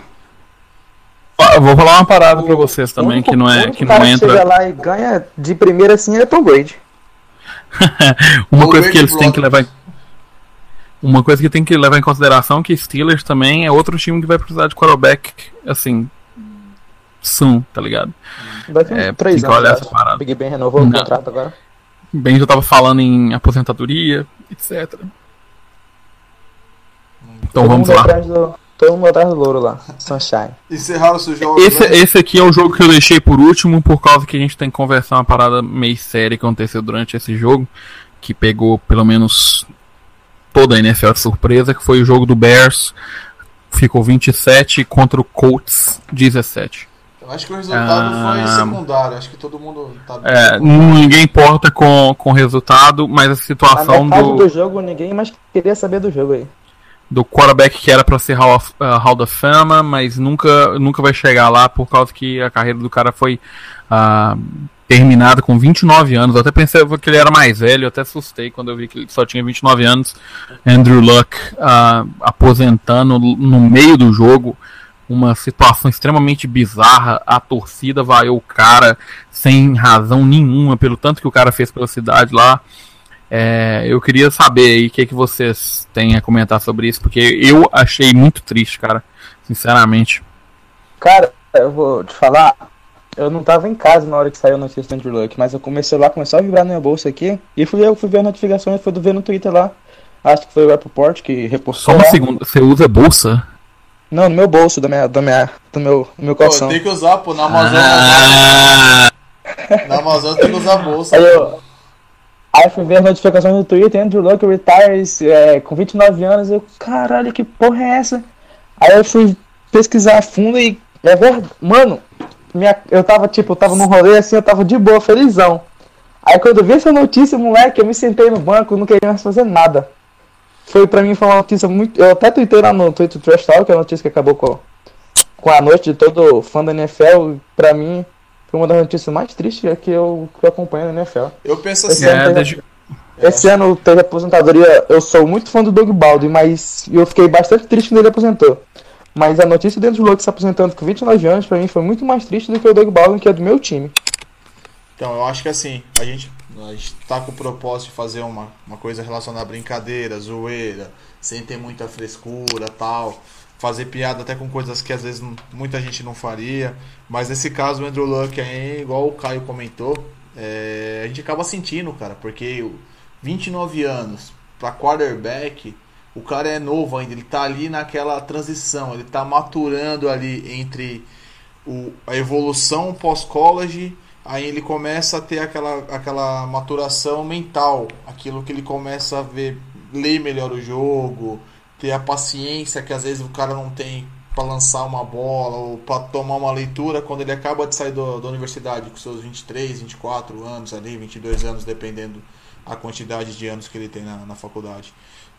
Speaker 3: Eu vou falar uma parada pra vocês também, que não entra.
Speaker 4: Chega lá e ganha de primeira assim é Tom Brady.
Speaker 3: Uma coisa que eles têm que levar em consideração é que Steelers também é outro time que vai precisar de quarterback, assim, tá ligado?
Speaker 4: Daqui a 3 anos, olhar essa parada. Big Ben renovou o contrato agora.
Speaker 3: Ben já tava falando em aposentadoria, etc. Então vamos lá.
Speaker 4: Todo mundo atrás do louro lá, Sunshine.
Speaker 2: Encerraram os jogos.
Speaker 3: Esse aqui é o jogo que eu deixei por último, por causa que a gente tem que conversar uma parada meio séria que aconteceu durante esse jogo, que pegou pelo menos toda a NFL de surpresa, que foi o jogo do Bears. Ficou 27 contra o Colts 17.
Speaker 2: Eu acho que o resultado foi secundário, acho que todo mundo tá
Speaker 3: ninguém importa com o resultado, mas a situação
Speaker 4: do jogo, ninguém mais queria saber do jogo aí.
Speaker 3: Do quarterback que era pra ser Hall da Fama, mas nunca vai chegar lá por causa que a carreira do cara foi terminada com 29 anos. Eu até pensei que ele era mais velho, eu até assustei quando eu vi que ele só tinha 29 anos. Andrew Luck aposentando no meio do jogo, uma situação extremamente bizarra. A torcida vaiou o cara sem razão nenhuma, pelo tanto que o cara fez pela cidade lá. Eu queria saber aí o que vocês têm a comentar sobre isso, porque eu achei muito triste, cara, sinceramente.
Speaker 4: Cara, eu vou te falar, eu não tava em casa na hora que saiu a notícia do Andrew Luck, mas o celular começou a vibrar na minha bolsa aqui, e fui ver a notificação e fui ver no Twitter lá. Acho que foi o Rappaport que repostou.
Speaker 3: Só uma segunda, você usa bolsa?
Speaker 4: Não, no meu bolso, do meu calção.
Speaker 2: Tem que usar, pô, na Amazon. Na Amazon tem que usar bolsa.
Speaker 4: Aí fui ver a notificação no Twitter, Andrew Luck retires com 29 anos, eu, caralho, que porra é essa? Aí eu fui pesquisar a fundo e, mano, eu tava num rolê assim, eu tava de boa, felizão. Aí quando eu vi essa notícia, moleque, eu me sentei no banco, não queria mais fazer nada. Pra mim foi uma notícia muito... Eu até tuitei lá no Twitter Trash Talk, que é a notícia que acabou com a noite de todo fã da NFL, pra mim... Foi uma das notícias mais tristes que eu acompanho na NFL.
Speaker 2: Eu penso assim,
Speaker 4: Esse ano teve aposentadoria. Eu sou muito fã do Doug Baldwin, mas eu fiquei bastante triste quando ele aposentou. Mas a notícia do Andrew Luck se aposentando com 29 anos, pra mim, foi muito mais triste do que o Doug Baldwin, que é do meu time.
Speaker 2: Então, eu acho que assim, a gente tá com o propósito de fazer uma coisa relacionada a brincadeira, zoeira, sem ter muita frescura e tal. Fazer piada até com coisas que às vezes muita gente não faria. Mas nesse caso, o Andrew Luck aí, igual o Caio comentou, a gente acaba sentindo, cara, porque 29 anos para quarterback, o cara é novo ainda, ele tá ali naquela transição, ele tá maturando ali entre a evolução pós-college, aí ele começa a ter aquela maturação mental, aquilo que ele começa a ler melhor o jogo, ter a paciência que às vezes o cara não tem para lançar uma bola ou para tomar uma leitura quando ele acaba de sair da universidade com seus 23, 24 anos ali, 22 anos, dependendo a quantidade de anos que ele tem na faculdade.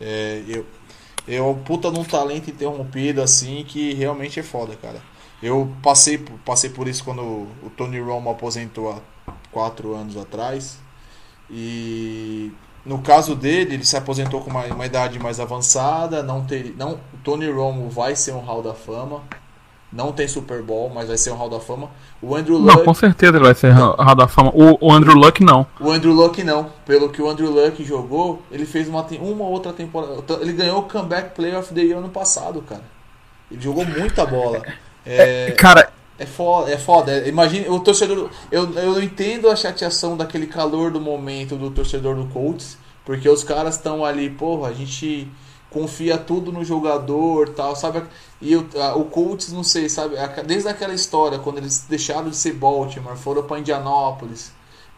Speaker 2: Eu puta num talento interrompido assim que realmente é foda, cara. Eu passei por isso quando o Tony Romo aposentou há 4 anos atrás. E no caso dele, ele se aposentou com uma idade mais avançada. O Tony Romo vai ser um Hall da Fama. Não tem Super Bowl, mas vai ser um Hall da Fama. O Andrew Luck...
Speaker 3: Não, com certeza ele vai ser Hall da Fama. O Andrew Luck não.
Speaker 2: O Andrew Luck não. Pelo que o Andrew Luck jogou, ele fez uma outra temporada. Ele ganhou o Comeback Player of the Year ano passado, cara. Ele jogou muita bola.
Speaker 3: Cara...
Speaker 2: É foda. Imagina, o torcedor... Eu entendo a chateação daquele calor do momento do torcedor do Colts, porque os caras estão ali, porra, a gente confia tudo no jogador, tal, sabe? E o Colts, não sei, sabe? Desde aquela história, quando eles deixaram de ser Baltimore, foram pra Indianápolis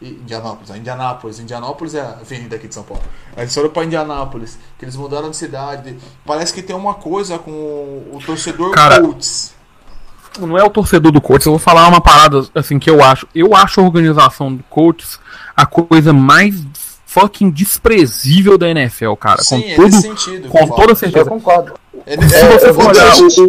Speaker 2: é a avenida aqui de São Paulo. Eles foram pra Indianápolis, que eles mudaram de cidade. Parece que tem uma coisa com o torcedor Colts.
Speaker 3: Não é o torcedor do Colts, eu vou falar uma parada assim que eu acho. Eu acho a organização do Colts a coisa mais fucking desprezível da NFL, cara.
Speaker 2: Sim,
Speaker 3: com
Speaker 2: nesse sentido.
Speaker 3: Com toda certeza.
Speaker 4: Eu concordo.
Speaker 3: Se você for olhar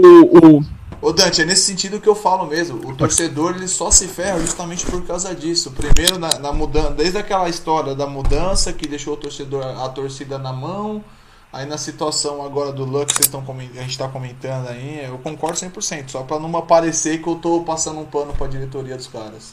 Speaker 2: Ô Dante, é nesse sentido que eu falo mesmo. O torcedor ele só se ferra justamente por causa disso. Primeiro na mudança, desde aquela história da mudança que deixou a torcida na mão. Aí na situação agora do Luck que a gente está comentando aí, eu concordo 100%, só para não aparecer que eu tô passando um pano para a diretoria dos caras.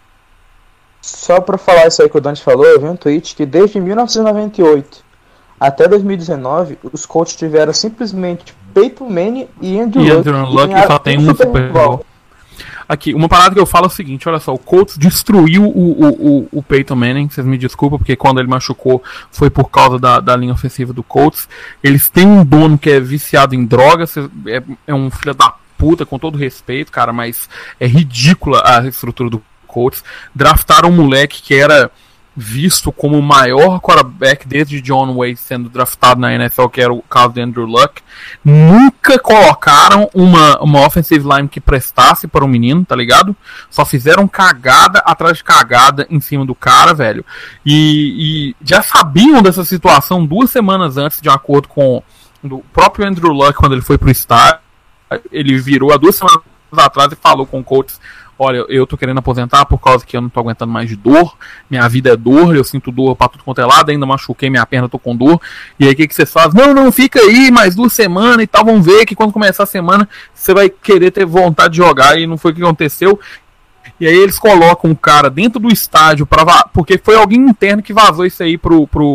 Speaker 4: Só para falar isso aí que o Dante falou, eu vi um tweet que desde 1998 até 2019, os Colts tiveram simplesmente Peyton Manning e Andrew
Speaker 3: Luck e só tem um Super Bowl. Aqui, uma parada que eu falo é o seguinte, olha só, o Colts destruiu o Peyton Manning, vocês me desculpam, porque quando ele machucou foi por causa da linha ofensiva do Colts. Eles têm um dono que é viciado em drogas, é um filho da puta, com todo respeito, cara, mas é ridícula a estrutura do Colts. Draftaram um moleque que era visto como o maior quarterback desde John Wayne sendo draftado na NFL, que era o caso de Andrew Luck. Nunca colocaram uma offensive line que prestasse para o menino, tá ligado? Só fizeram cagada atrás de cagada em cima do cara, velho. E já sabiam dessa situação 2 semanas antes, de acordo com o próprio Andrew Luck, quando ele foi pro estádio. Ele virou há 2 semanas atrás e falou com o Colts: olha, eu tô querendo aposentar por causa que eu não tô aguentando mais de dor, minha vida é dor, eu sinto dor pra tudo quanto é lado, ainda machuquei minha perna, tô com dor. E aí o que vocês fazem? Não, fica aí mais 2 semanas e tal, vamos ver que quando começar a semana você vai querer ter vontade de jogar, e não foi o que aconteceu. E aí eles colocam um cara dentro do estádio, porque foi alguém interno que vazou isso aí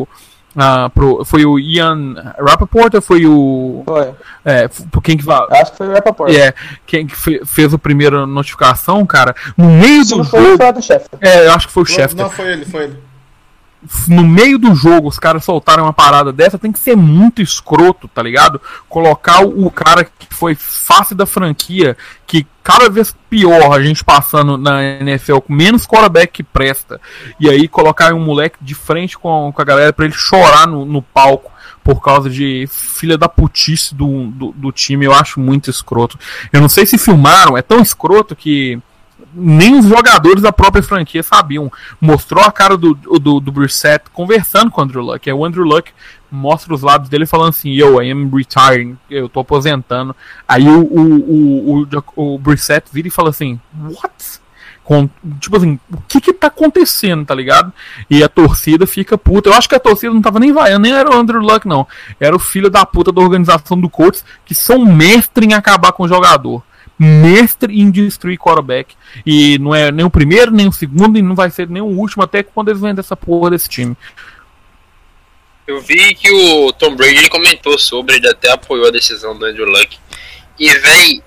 Speaker 3: foi o Ian Rappaport ou foi o...
Speaker 4: Foi.
Speaker 3: Quem que
Speaker 4: acho que foi o Rappaport.
Speaker 3: Quem que fez a primeira notificação, cara, no meio do jogo...
Speaker 4: Foi o Schefter.
Speaker 3: Eu acho que foi o Schefter.
Speaker 2: Não, foi ele.
Speaker 3: No meio do jogo, os caras soltaram uma parada dessa, tem que ser muito escroto, tá ligado? Colocar o cara que foi face da franquia, que cada vez pior a gente passando na NFL com menos quarterback que presta, e aí colocar um moleque de frente com a galera pra ele chorar no palco por causa de filha da putice do time. Eu acho muito escroto. Eu não sei se filmaram, é tão escroto que nem os jogadores da própria franquia sabiam. Mostrou a cara do Brissett conversando com o Andrew Luck. O Andrew Luck mostra os lábios dele falando assim: I am retiring, eu tô aposentando. Aí o Brissett vira e fala assim: what? Tipo assim, o que tá acontecendo, tá ligado? E a torcida fica puta. Eu acho que a torcida não tava nem vaiando, nem era o Andrew Luck, não. Era o filho da puta da organização do Colts, que são mestre em acabar com o jogador. Mestre em destruir quarterback. E não é nem o primeiro, nem o segundo, e não vai ser nem o último, até quando eles vendem essa porra desse time.
Speaker 5: Eu vi que o Tom Brady ele comentou sobre, ele até apoiou a decisão do Andrew Luck. E, véi,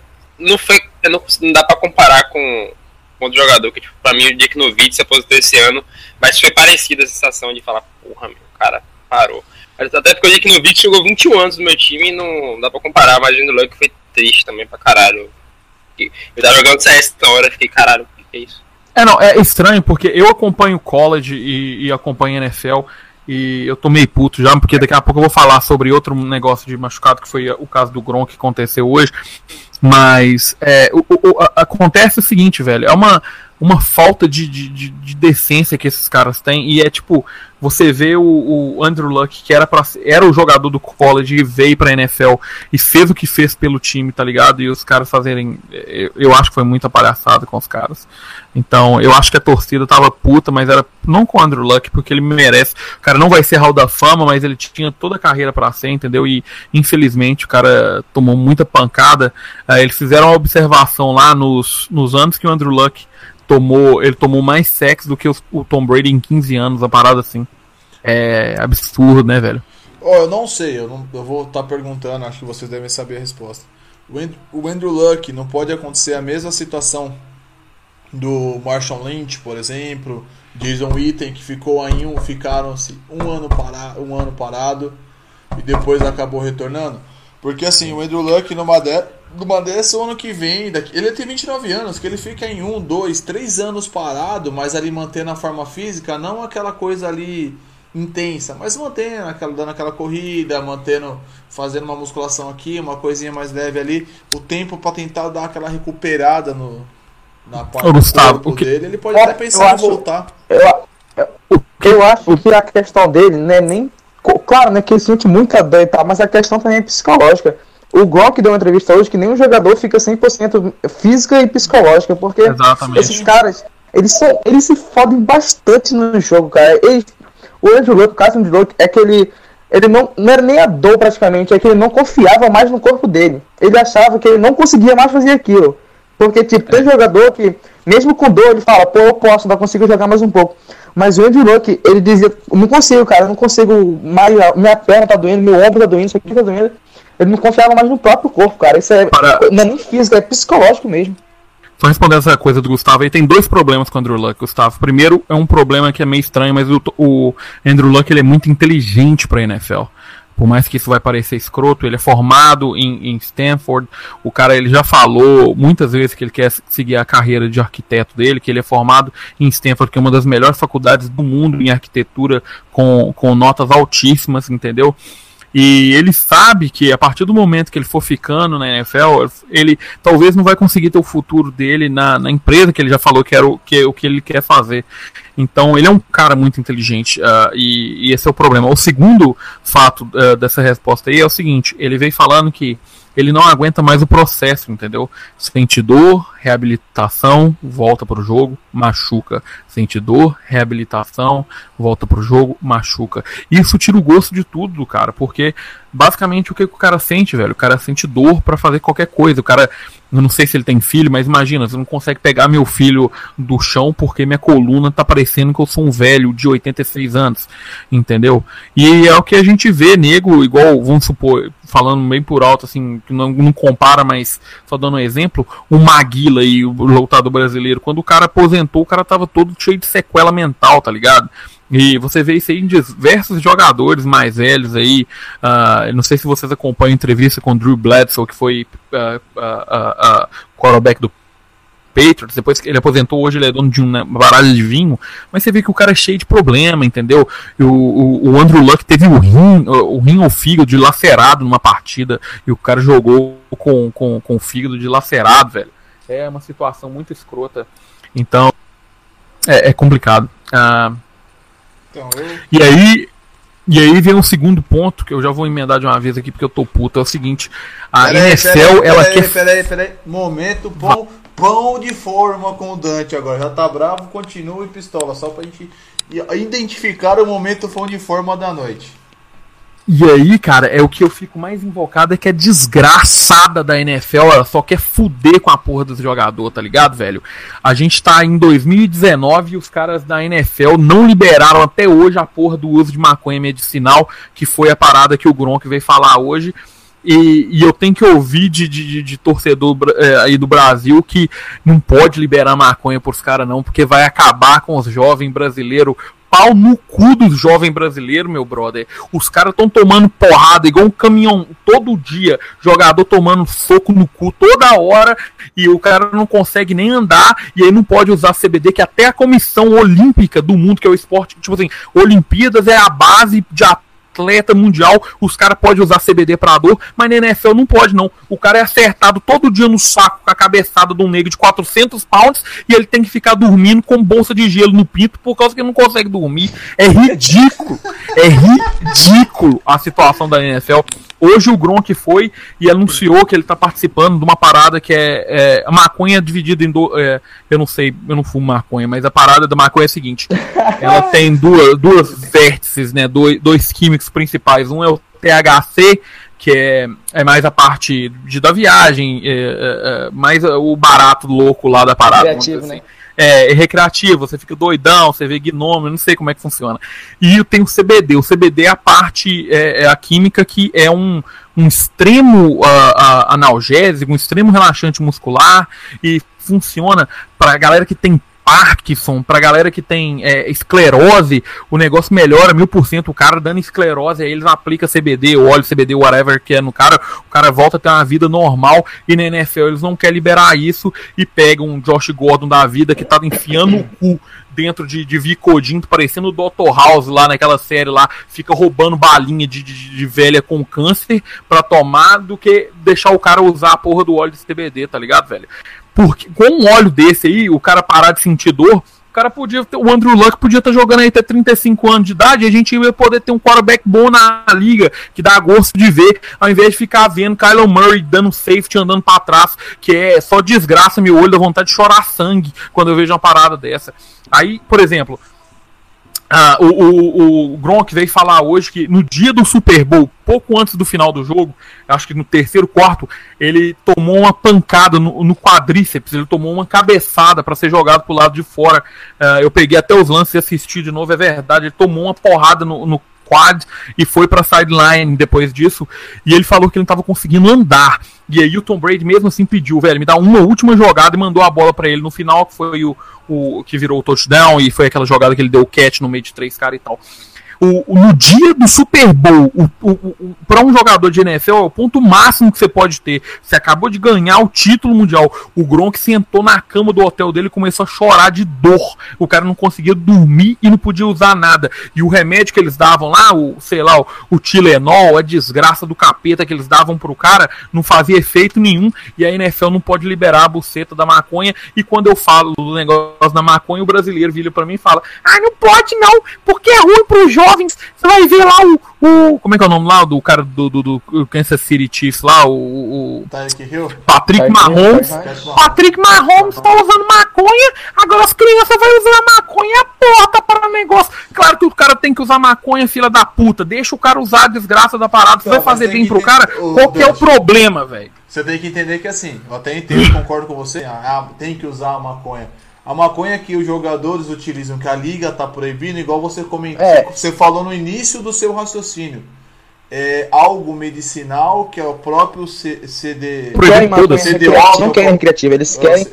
Speaker 5: não dá pra comparar com outro jogador, que tipo, pra mim o Dick Nowitzki se aposentou esse ano, mas foi parecida a sensação de falar, porra, meu, cara, parou. Até porque o Dick Nowitzki chegou 21 anos no meu time e não dá pra comparar, mas o Andrew Luck foi triste também pra caralho. Eu tava jogando CS na hora, fiquei, caralho, o que é isso?
Speaker 3: É estranho, porque eu acompanho college e acompanho NFL, e eu tô meio puto já, porque daqui a pouco eu vou falar sobre outro negócio de machucado, que foi o caso do Gronk que aconteceu hoje. Mas acontece o seguinte, velho, é uma falta de decência que esses caras têm, e é tipo, você vê o Andrew Luck, que era o jogador do college e veio pra NFL e fez o que fez pelo time, tá ligado? E os caras fazerem, eu acho que foi muita palhaçada com os caras. Então, eu acho que a torcida tava puta, mas era não com o Andrew Luck, porque ele merece. O cara não vai ser Hall da Fama, mas ele tinha toda a carreira pra ser, entendeu? E infelizmente o cara tomou muita pancada. Eles fizeram uma observação lá nos anos que o Andrew Luck ele tomou mais sacks do que o Tom Brady em 15 anos, a parada assim. É absurdo, né, velho?
Speaker 2: Eu não sei, eu vou estar perguntando, acho que vocês devem saber a resposta. O Andrew Luck, não pode acontecer a mesma situação do Marshawn Lynch, por exemplo, Jason Witten, que ficaram-se um ano parado e depois acabou retornando? Porque assim, o Andrew Luck numa dessa, o ano que vem, ele tem 29 anos, que ele fica em 1, 2, 3 anos parado, mas ali mantendo a forma física, não aquela coisa ali intensa, mas mantendo dando aquela corrida, fazendo uma musculação aqui, uma coisinha mais leve ali, o tempo para tentar dar aquela recuperada na parte do corpo dele, ele pode até pensar em voltar.
Speaker 4: Eu acho que a questão dele não é nem... Claro, né, que ele sente muita dor e tal, mas a questão também é psicológica. O Gronk deu uma entrevista hoje que nenhum jogador fica 100% física e psicológica, porque esses caras, eles se fodem bastante no jogo, cara. O Andrew Luck, o caso do Andrew Luck é que ele não era nem a dor praticamente, é que ele não confiava mais no corpo dele. Ele achava que ele não conseguia mais fazer aquilo. Porque, tipo, tem jogador que, mesmo com dor, ele fala, pô, eu posso, ainda consigo jogar mais um pouco. Mas o Andrew Luck, ele dizia, eu não consigo, cara, eu não consigo mais, minha perna tá doendo, meu ombro tá doendo, isso aqui tá doendo. Ele não confiava mais no próprio corpo, cara. Isso não é nem físico, é psicológico mesmo.
Speaker 3: Só respondendo essa coisa do Gustavo aí, tem dois problemas com o Andrew Luck, Gustavo. Primeiro, é um problema que é meio estranho, mas o Andrew Luck ele é muito inteligente pra NFL. Por mais que isso vai parecer escroto, ele é formado em Stanford. O cara ele já falou muitas vezes que ele quer seguir a carreira de arquiteto dele, que ele é formado em Stanford, que é uma das melhores faculdades do mundo em arquitetura, com notas altíssimas, entendeu? E ele sabe que a partir do momento que ele for ficando na NFL, ele talvez não vai conseguir ter o futuro dele na empresa que ele já falou que era o que ele quer fazer. Então ele é um cara muito inteligente, e esse é o problema. O segundo fato dessa resposta aí é o seguinte: ele veio falando que ele não aguenta mais o processo, entendeu? Sente dor, reabilitação, volta pro jogo, machuca. Sente dor, reabilitação, volta pro jogo, machuca. Isso tira o gosto de tudo do cara, porque basicamente o que o cara sente, velho? O cara sente dor pra fazer qualquer coisa. O cara, eu não sei se ele tem filho, mas imagina, você não consegue pegar meu filho do chão porque minha coluna tá parecendo que eu sou um velho de 86 anos, entendeu? E é o que a gente vê, nego, igual, vamos supor, falando meio por alto, assim, que não compara, mas só dando um exemplo, o Maguila e o lutador brasileiro, quando o cara aposentou, o cara tava todo cheio de sequela mental, tá ligado? E você vê isso aí em diversos jogadores mais velhos aí. Não sei se vocês acompanham a entrevista com o Drew Bledsoe, que foi quarterback do Patriots. Depois que ele aposentou, hoje ele é dono de uma baralha de vinho. Mas você vê que o cara é cheio de problema, entendeu? O Andrew Luck teve o rim ou fígado dilacerado numa partida, e o cara jogou com o fígado dilacerado, velho. É uma situação muito escrota. Então, é complicado. E aí vem um segundo ponto, que eu já vou emendar de uma vez aqui, porque eu tô puto. É o seguinte: a NFL, ela quer...
Speaker 2: Peraí. Momento, pão de forma com o Dante agora. Já tá bravo, continua e pistola. Só pra gente identificar o momento pão de forma da noite.
Speaker 3: E aí, cara, é o que eu fico mais invocado, é que a desgraçada da NFL, ela só quer fuder com a porra dos jogadores, tá ligado, velho? A gente tá em 2019 e os caras da NFL não liberaram até hoje a porra do uso de maconha medicinal, que foi a parada que o Gronk veio falar hoje. E eu tenho que ouvir de torcedor aí do Brasil que não pode liberar maconha pros caras não, porque vai acabar com os jovens brasileiros. Pau no cu dos jovens brasileiros, meu brother. Os caras estão tomando porrada igual um caminhão todo dia. Jogador tomando soco no cu toda hora. E o cara não consegue nem andar. E aí não pode usar CBD, que até a Comissão Olímpica do Mundo, que é o esporte, tipo assim, Olimpíadas é a base de atleta mundial, os caras podem usar CBD pra dor, mas na NFL não pode não. O cara é acertado todo dia no saco com a cabeçada de um negro de 400 pounds e ele tem que ficar dormindo com bolsa de gelo no pinto por causa que ele não consegue dormir. É ridículo. É ridículo a situação da NFL. Hoje o Gronk foi e anunciou que ele tá participando de uma parada que é a maconha dividida em eu não sei, eu não fumo maconha, mas a parada da maconha é a seguinte: ela tem duas vértices, né, dois químicos principais. Um é o THC, que é mais a parte da viagem, mais o barato louco lá da parada.
Speaker 4: Criativo, né?
Speaker 3: É recreativo, você fica doidão, você vê gnome, não sei como é que funciona. E tem o CBD. O CBD é a parte, é a química que é um extremo analgésico, um extremo relaxante muscular e funciona para a galera que tem Parkinson, pra galera que tem esclerose, o negócio melhora 1000%. O cara dando esclerose, aí eles aplicam CBD, óleo CBD, whatever que é no cara, o cara volta a ter uma vida normal. E na NFL eles não querem liberar isso e pegam um Josh Gordon da vida que tá enfiando o cu dentro de Vicodin, parecendo o Dr. House lá naquela série lá, fica roubando balinha de velha com câncer pra tomar, do que deixar o cara usar a porra do óleo de CBD, tá ligado, velho? Porque com um óleo desse aí, o cara parar de sentir dor, o cara podia ter, o Andrew Luck podia estar jogando aí até 35 anos de idade e a gente ia poder ter um quarterback bom na liga, que dá gosto de ver, ao invés de ficar vendo Kyler Murray dando safety, andando pra trás, que é só desgraça, meu olho dá vontade de chorar sangue quando eu vejo uma parada dessa. Aí, por exemplo, o Gronk veio falar hoje que no dia do Super Bowl, pouco antes do final do jogo, acho que no terceiro quarto, ele tomou uma pancada no quadríceps, ele tomou uma cabeçada para ser jogado pro lado de fora. Eu peguei até os lances e assisti de novo, é verdade, ele tomou uma porrada no quad e foi pra sideline depois disso, e ele falou que ele não tava conseguindo andar. E aí o Tom Brady mesmo assim pediu, velho, me dá uma última jogada, e mandou a bola pra ele no final, que foi o que virou o touchdown, e foi aquela jogada que ele deu catch no meio de 3 caras e tal. No dia do Super Bowl, para um jogador de NFL, é o ponto máximo que você pode ter. Você acabou de ganhar o título mundial. O Gronk sentou na cama do hotel dele e começou a chorar de dor. O cara não conseguia dormir e não podia usar nada. E o remédio que eles davam lá, o Tilenol, a desgraça do capeta que eles davam pro cara, não fazia efeito nenhum. E a NFL não pode liberar a buceta da maconha. E quando eu falo do negócio da maconha, o brasileiro vira pra mim e fala: não pode não, porque é ruim pros jovens. Você vai ver lá como é que é o nome lá do cara do Kansas City Chiefs lá, o Patrick Mahomes. Patrick Mahomes tá usando maconha, agora as crianças vão usar maconha, a porta para o negócio. Claro que o cara tem que usar maconha, filha da puta. Deixa o cara usar a desgraça da parada. Você vai fazer bem pro cara? Qual que é o problema, velho?
Speaker 2: Você tem que entender que assim, eu até entendo, concordo com você, tem que usar a maconha. A maconha que os jogadores utilizam, que a liga tá proibindo, igual você comentou, você falou no início do seu raciocínio. É algo medicinal, que é o próprio CD.
Speaker 4: Não querem recreativo, eles querem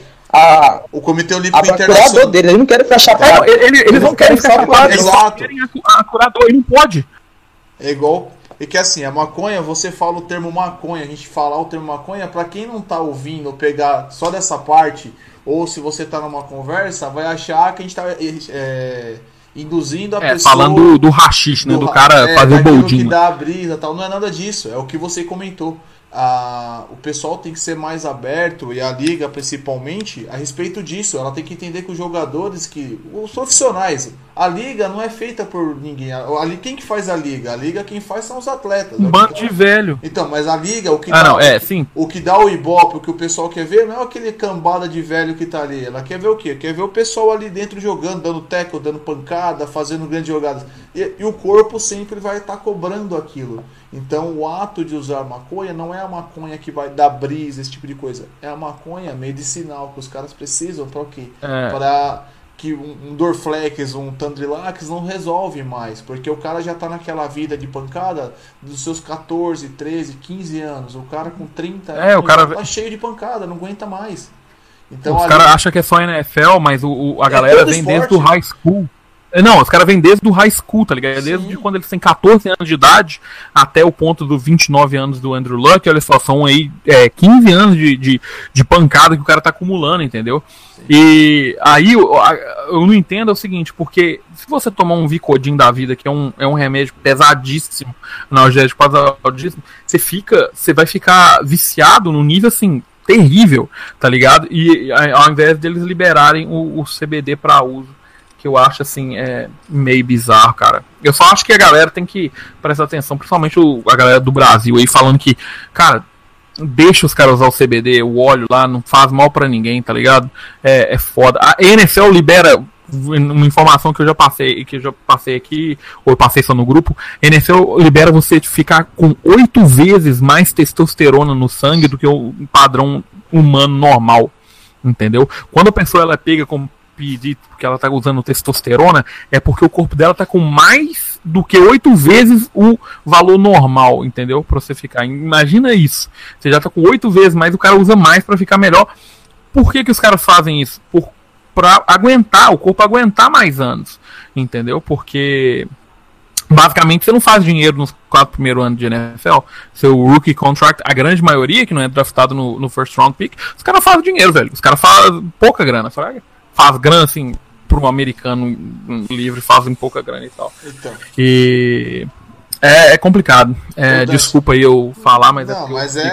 Speaker 2: o Comitê Olímpico
Speaker 4: Internacional deles, eles não querem ficar chapado.
Speaker 3: Eles não querem ficar chapado, eles só querem a curador, ele não pode.
Speaker 2: É igual. E que assim, a maconha, você fala o termo maconha, a gente falar o termo maconha, pra quem não tá ouvindo, pegar só dessa parte, ou se você tá numa conversa, vai achar que a gente tá induzindo a pessoa...
Speaker 3: Falando do haxixe, né? Do cara fazer o boldinho.
Speaker 2: Que dá a brisa, tal. Não é nada disso, é o que você comentou. O pessoal tem que ser mais aberto, e a liga principalmente, a respeito disso. Ela tem que entender que os jogadores, os profissionais, a liga não é feita por ninguém. Quem que faz a liga? A liga quem faz são os atletas.
Speaker 3: Um bando de velho.
Speaker 2: Então, mas a liga,
Speaker 3: sim.
Speaker 2: O que dá o ibope, o que o pessoal quer ver, não é aquele cambada de velho que tá ali. Ela quer ver o quê? Quer ver o pessoal ali dentro jogando, dando tackle, dando pancada, fazendo grandes jogadas. E o corpo sempre vai estar cobrando aquilo. Então o ato de usar maconha não é a maconha que vai dar brisa, esse tipo de coisa. É a maconha medicinal que os caras precisam para o quê? Para que um Dorflex, um Tandrilax não resolve mais. Porque o cara já tá naquela vida de pancada dos seus 14, 13, 15 anos. O cara com 30 anos
Speaker 3: o cara
Speaker 2: tá cheio de pancada, não aguenta mais. Então,
Speaker 3: os caras acham que é só NFL, mas a galera vem desde o high school. Não, os caras vêm desde o high school, tá ligado? Desde quando eles têm 14 anos de idade até o ponto dos 29 anos do Andrew Luck. Olha só, são aí 15 anos de pancada que o cara tá acumulando, entendeu? Sim. E aí eu não entendo o seguinte, porque se você tomar um Vicodin da vida, que é um remédio pesadíssimo, analgésico pesadíssimo, você vai ficar viciado no nível assim, terrível, tá ligado? E ao invés deles liberarem o CBD para uso, que eu acho, assim, meio bizarro, cara. Eu só acho que a galera tem que prestar atenção, principalmente a galera do Brasil aí, falando que, cara, deixa os caras usar o CBD, o óleo lá, não faz mal pra ninguém, tá ligado? É foda. A NFL libera uma informação que eu já passei aqui, ou eu passei só no grupo. A NFL libera você ficar com 8 vezes mais testosterona no sangue do que o padrão humano normal, entendeu? Quando a pessoa ela pega com porque ela tá usando testosterona, é porque o corpo dela tá com mais do que 8 vezes o valor normal, entendeu? Pra você ficar. Imagina isso. Você já tá com 8 vezes mais, o cara usa mais pra ficar melhor. Por que os caras fazem isso? Pra aguentar, o corpo aguentar mais anos, entendeu? Porque basicamente você não faz dinheiro nos 4 primeiros anos de NFL. Seu rookie contract, a grande maioria que não é draftado no first round pick, os caras fazem dinheiro, velho. Os caras fazem pouca grana, fraga. Faz grana, assim, para um americano livre, fazem pouca grana e tal. Então. E é complicado. Desculpa aí eu falar, mas
Speaker 2: não, mas é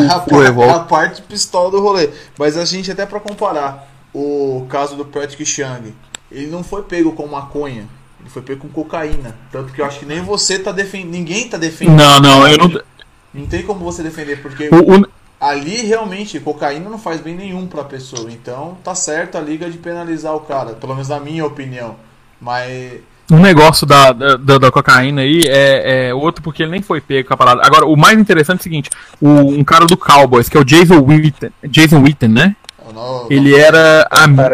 Speaker 2: a parte pistola do rolê. Mas a gente, até para comparar o caso do Patrick Chung, ele não foi pego com maconha, ele foi pego com cocaína. Tanto que eu acho que nem você tá defendendo, ninguém tá defendendo.
Speaker 3: Não, eu não.
Speaker 2: Não tem como você defender, porque ali realmente cocaína não faz bem nenhum pra pessoa. Então tá certo a liga de penalizar o cara, pelo menos na minha opinião. Mas
Speaker 3: o negócio da cocaína aí é outro, porque ele nem foi pego com a parada. Agora, o mais interessante é o seguinte: um cara do Cowboys, que é o Jason Witten, né? Ele era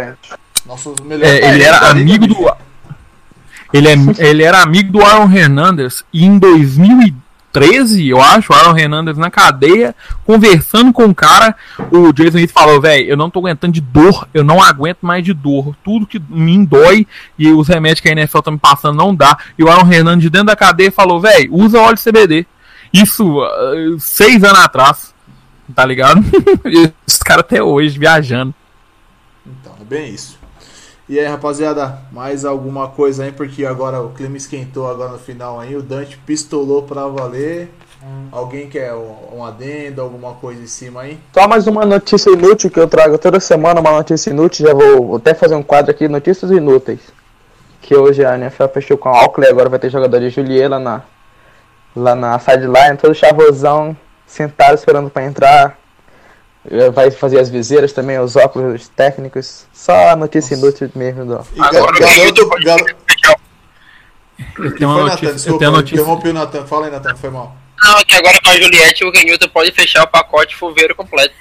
Speaker 3: ele era amigo do ele era amigo do Aaron Hernandez, e em 2013, eu acho, o Aaron Hernandez na cadeia, conversando com o cara, o Jason Witten falou: velho, eu não tô aguentando de dor, eu não aguento mais de dor, tudo que me dói e os remédios que a NFL tá me passando não dá. E o Aaron Hernandez dentro da cadeia falou: velho, usa óleo CBD. Isso 6 anos atrás, tá ligado? Os caras até hoje viajando.
Speaker 2: Então, é bem isso. E aí, rapaziada, mais alguma coisa aí? Porque agora o clima esquentou agora no final aí. O Dante pistolou pra valer. Alguém quer um adendo, alguma coisa em cima aí?
Speaker 4: Só mais uma notícia inútil que eu trago toda semana, uma notícia inútil. Já vou até fazer um quadro aqui, notícias inúteis. Que hoje a NFL fechou com a Oakley, agora vai ter jogador de Juliet lá na sideline, todo chavosão, sentado esperando pra entrar. Vai fazer as viseiras também, os óculos técnicos. Só a notícia inútil mesmo.
Speaker 5: Agora
Speaker 3: eu tenho uma notícia.
Speaker 2: Interrompi o Nathan. Fala aí, Nathan, foi mal.
Speaker 5: Não, é que agora com a Juliette o Canhoto pode fechar o pacote fuveiro completo.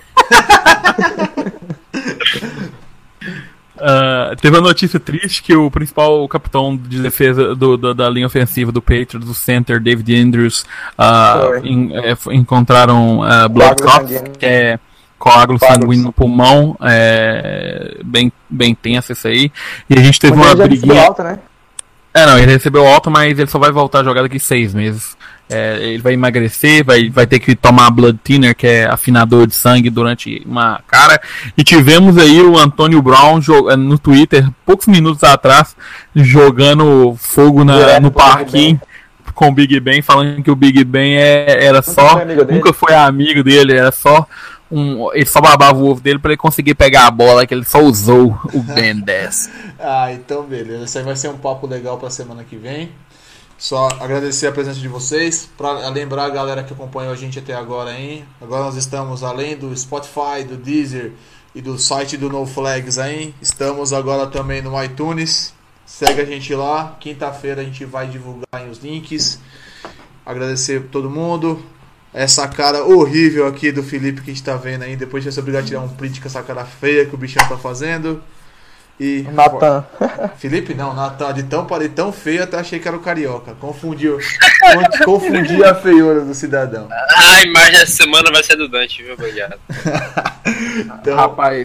Speaker 3: Teve uma notícia triste que o principal capitão de defesa da linha ofensiva do Patriots, do center David Andrews, encontraram blood clots, que é coágulo sanguíneo no pulmão, bem tenso isso aí. E a gente teve uma briguinha.
Speaker 4: Alta, né?
Speaker 3: Não, ele recebeu alta, mas ele só vai voltar a jogar daqui 6 meses. Ele vai emagrecer, vai ter que tomar blood thinner, que é afinador de sangue, durante uma cara. E tivemos aí o Antônio Brown no Twitter, poucos minutos atrás, jogando fogo no parquinho com o Big Ben, falando que o Big Ben era só... Nunca foi amigo dele, era só... ele só babava o ovo dele pra ele conseguir pegar a bola, que ele só usou o Ben 10.
Speaker 2: Então beleza. Esse aí vai ser um papo legal pra semana que vem. Só agradecer a presença de vocês, para lembrar a galera que acompanhou a gente até agora, hein? Agora nós estamos além do Spotify, do Deezer e do site do No Flags aí. Estamos agora também no iTunes. Segue a gente lá. Quinta-feira a gente vai divulgar aí os links. Agradecer a todo mundo. Essa cara horrível aqui do Felipe que a gente tá vendo aí. Depois vai ser obrigado a tirar um print com essa cara feia que o bichão tá fazendo. E
Speaker 4: Natan.
Speaker 2: Felipe não, Natan, parei tão feio, até achei que era o Carioca. Confundi a feiura do cidadão.
Speaker 5: A imagem dessa semana vai ser do Dante, viu, obrigado.
Speaker 3: Então... Rapaz,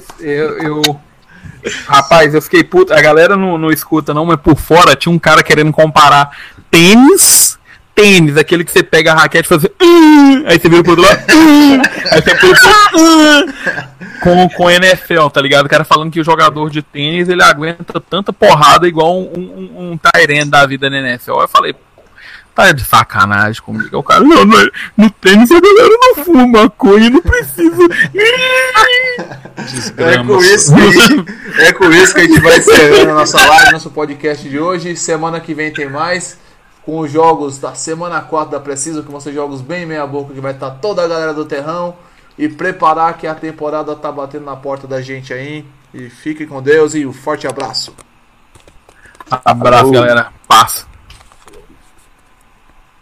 Speaker 3: eu fiquei puto. A galera não escuta não, mas por fora tinha um cara querendo comparar tênis, aquele que você pega a raquete e faz aí você vira pro outro lado, aí você vira com NFL, tá ligado? O cara falando que o jogador de tênis ele aguenta tanta porrada igual um Tyrant da vida na NFL. Eu falei, tá de sacanagem comigo. O cara, não, no tênis a galera não fuma maconha, não precisa.
Speaker 2: É com isso que a gente vai encerrando a nossa live, nosso podcast de hoje. Semana que vem tem mais, com os jogos da semana 4 da Preciso, que vão ser jogos bem meia boca, que vai estar toda a galera do terrão. E preparar que a temporada tá batendo na porta da gente aí. E fiquem com Deus e um forte abraço.
Speaker 3: Abraço, galera. Passa.